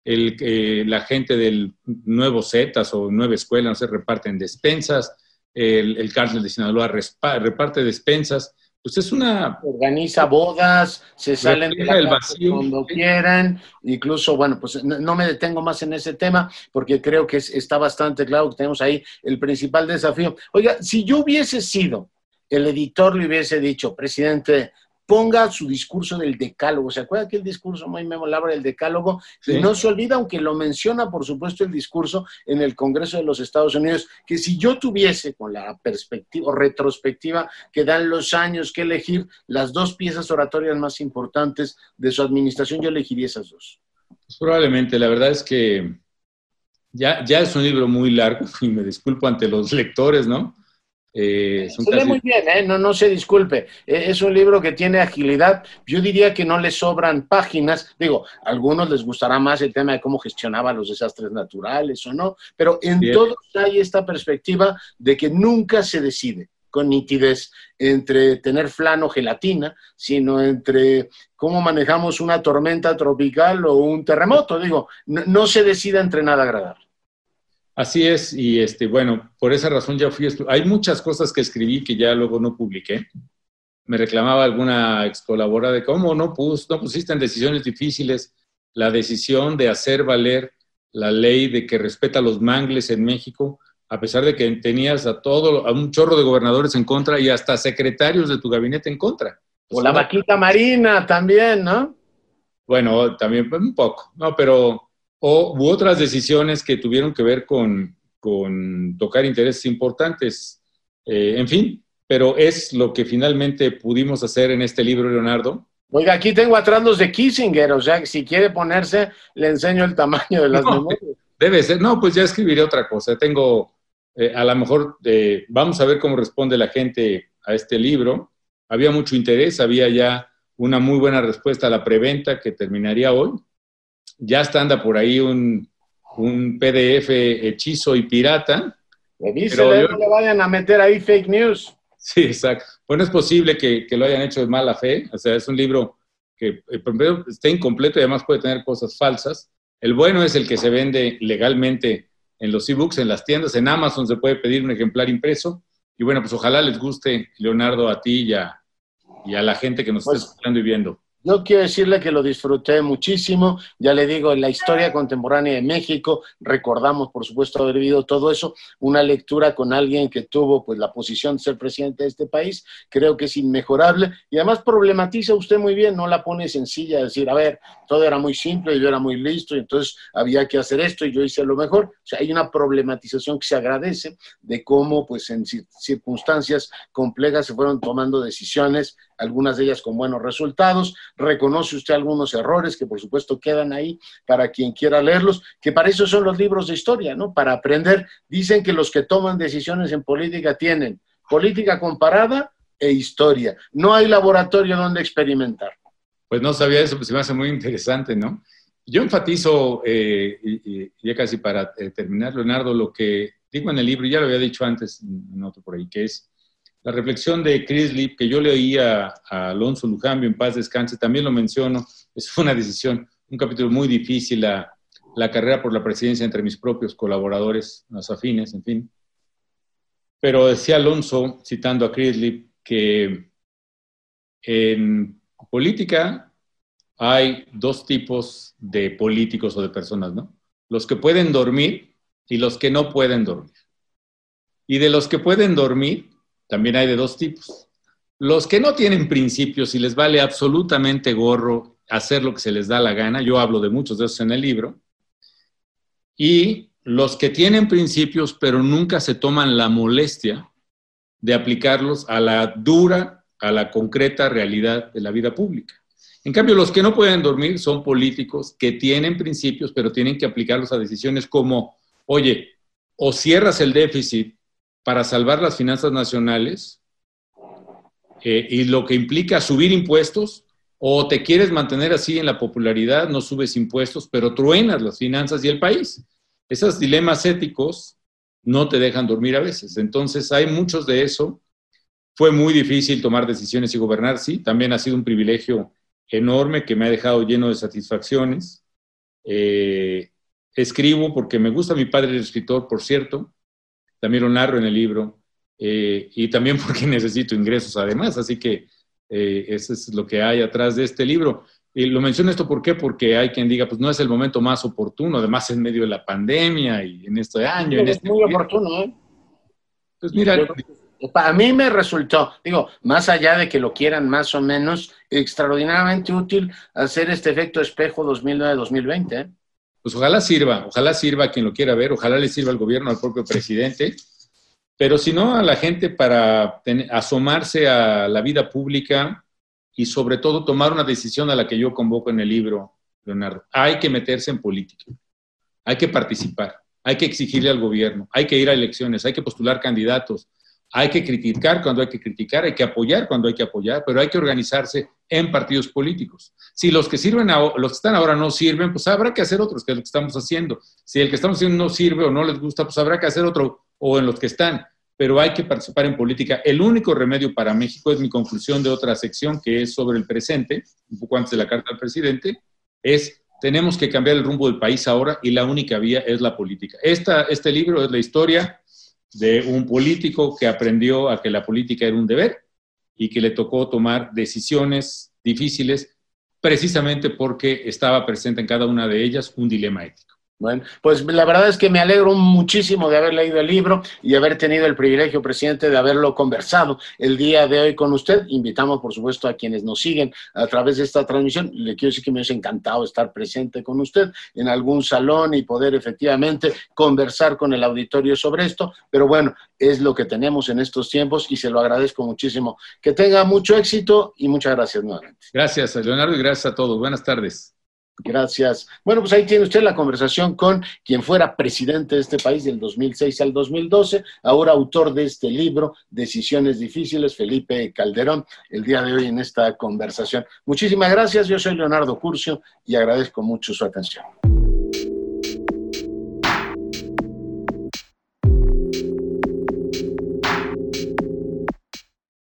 la gente del Nuevo Zetas o Nueva Escuela, no sé, reparten despensas, el cártel de Sinaloa reparte despensas. Pues es una... Organiza bodas, se salen de refleja la el casa vacío. cuando quieran, incluso, bueno, pues no me detengo más en ese tema porque creo que está bastante claro que tenemos ahí el principal desafío. Oiga, si yo hubiese sido el editor, le hubiese dicho, presidente, ponga su discurso del decálogo. ¿Se acuerda que el discurso muy memorable del decálogo? Sí. Y no se olvida, aunque lo menciona, por supuesto, el discurso en el Congreso de los Estados Unidos, que si yo tuviese, con la perspectiva o retrospectiva que dan los años, que elegir las dos piezas oratorias más importantes de su administración, yo elegiría esas dos. Pues probablemente, la verdad es que ya es un libro muy largo y me disculpo ante los lectores, ¿no? Se lee muy bien, ¿eh? No se disculpe. Es un libro que tiene agilidad. Yo diría que no le sobran páginas. Digo, a algunos les gustará más el tema de cómo gestionaba los desastres naturales o no, pero en todos hay esta perspectiva de que nunca se decide con nitidez entre tener flan o gelatina, sino entre cómo manejamos una tormenta tropical o un terremoto. Digo, no se decide entre nada agradable. Así es, y bueno, por esa razón ya hay muchas cosas que escribí que ya luego no publiqué. Me reclamaba alguna ex colaboradora de cómo no pusiste en decisiones difíciles la decisión de hacer valer la ley de que respeta los mangles en México, a pesar de que tenías a un chorro de gobernadores en contra y hasta secretarios de tu gabinete en contra. O la vaquita marina también, ¿no? Bueno, también un poco, ¿no? Pero hubo otras decisiones que tuvieron que ver con tocar intereses importantes. En fin, pero es lo que finalmente pudimos hacer en este libro, Leonardo. Oiga, aquí tengo atrás los de Kissinger, o sea, si quiere ponerse, le enseño el tamaño de las memorias. Debe ser, no, pues ya escribiré otra cosa. Tengo, a lo mejor, vamos a ver cómo responde la gente a este libro. Había mucho interés, había ya una muy buena respuesta a la preventa que terminaría hoy. Ya anda por ahí un PDF hechizo y pirata. Revísele, no le vayan a meter ahí fake news. Sí, exacto. Bueno, es posible que lo hayan hecho de mala fe. O sea, es un libro que primero está incompleto y además puede tener cosas falsas. El bueno es el que se vende legalmente en los ebooks, en las tiendas. En Amazon se puede pedir un ejemplar impreso. Y bueno, pues ojalá les guste, Leonardo, a ti y a la gente que nos está escuchando y viendo. Yo quiero decirle que lo disfruté muchísimo. Ya le digo, en la historia contemporánea de México, recordamos, por supuesto, haber vivido todo eso. Una lectura con alguien que tuvo pues la posición de ser presidente de este país, creo que es inmejorable. Y además problematiza usted muy bien, no la pone sencilla, decir, a ver, todo era muy simple, yo era muy listo, y entonces había que hacer esto y yo hice lo mejor. O sea, hay una problematización que se agradece de cómo, pues, en circunstancias complejas se fueron tomando decisiones, algunas de ellas con buenos resultados. Reconoce usted algunos errores que por supuesto quedan ahí para quien quiera leerlos, que para eso son los libros de historia, ¿no? Para aprender. Dicen que los que toman decisiones en política tienen política comparada e historia. No hay laboratorio donde experimentar. Pues no sabía eso, pues se me hace muy interesante, ¿no? Yo enfatizo, ya casi para terminar, Leonardo, lo que digo en el libro, ya lo había dicho antes en otro por ahí, que es la reflexión de Crislip, que yo leí a Alonso Lujambio, en paz descanse, también lo menciono. Es una decisión, un capítulo muy difícil, la carrera por la presidencia entre mis propios colaboradores, los afines, en fin. Pero decía Alonso, citando a Crislip, que en política hay dos tipos de políticos o de personas, ¿no? Los que pueden dormir y los que no pueden dormir. Y de los que pueden dormir, también hay de dos tipos. Los que no tienen principios y les vale absolutamente gorro hacer lo que se les da la gana, yo hablo de muchos de esos en el libro, y los que tienen principios pero nunca se toman la molestia de aplicarlos a la dura, a la concreta realidad de la vida pública. En cambio, los que no pueden dormir son políticos que tienen principios, pero tienen que aplicarlos a decisiones como, oye, o cierras el déficit para salvar las finanzas nacionales, y lo que implica subir impuestos, o te quieres mantener así en la popularidad, no subes impuestos, pero truenas las finanzas y el país. Esos dilemas éticos no te dejan dormir a veces. Entonces, hay muchos de eso. Fue muy difícil tomar decisiones y gobernar, sí. También ha sido un privilegio enorme que me ha dejado lleno de satisfacciones. Escribo porque me gusta, mi padre era escritor, por cierto. También lo narro en el libro. Y también porque necesito ingresos además. Así que eso es lo que hay atrás de este libro. Y lo menciono esto, ¿por qué? Porque hay quien diga, pues no es el momento más oportuno, además en medio de la pandemia y en este año. Es muy oportuno, ¿eh? Pues mira, a mí me resultó, digo, más allá de que lo quieran más o menos, extraordinariamente útil hacer este efecto espejo 2009-2020, ¿eh? Pues ojalá sirva a quien lo quiera ver, ojalá le sirva al gobierno, al propio presidente, pero si no a la gente para asomarse a la vida pública y sobre todo tomar una decisión a la que yo convoco en el libro, Leonardo. Hay que meterse en política, hay que participar, hay que exigirle al gobierno, hay que ir a elecciones, hay que postular candidatos, hay que criticar cuando hay que criticar, hay que apoyar cuando hay que apoyar, pero hay que organizarse en partidos políticos. Si los que sirven, los que están ahora no sirven, pues habrá que hacer otros, que es lo que estamos haciendo. Si el que estamos haciendo no sirve o no les gusta, pues habrá que hacer otro o en los que están. Pero hay que participar en política. El único remedio para México es mi conclusión de otra sección que es sobre el presente, un poco antes de la carta al presidente, es tenemos que cambiar el rumbo del país ahora y la única vía es la política. Este libro es la historia de un político que aprendió a que la política era un deber y que le tocó tomar decisiones difíciles precisamente porque estaba presente en cada una de ellas un dilema ético. Bueno, pues la verdad es que me alegro muchísimo de haber leído el libro y haber tenido el privilegio, presidente, de haberlo conversado el día de hoy con usted. Invitamos, por supuesto, a quienes nos siguen a través de esta transmisión. Le quiero decir que me hubiese encantado estar presente con usted en algún salón y poder efectivamente conversar con el auditorio sobre esto, pero bueno, es lo que tenemos en estos tiempos y se lo agradezco muchísimo. Que tenga mucho éxito y muchas gracias nuevamente. Gracias, Leonardo, y gracias a todos. Buenas tardes. Gracias. Bueno, pues ahí tiene usted la conversación con quien fuera presidente de este país del 2006 al 2012, ahora autor de este libro, Decisiones Difíciles, Felipe Calderón, el día de hoy en esta conversación. Muchísimas gracias, yo soy Leonardo Curcio y agradezco mucho su atención.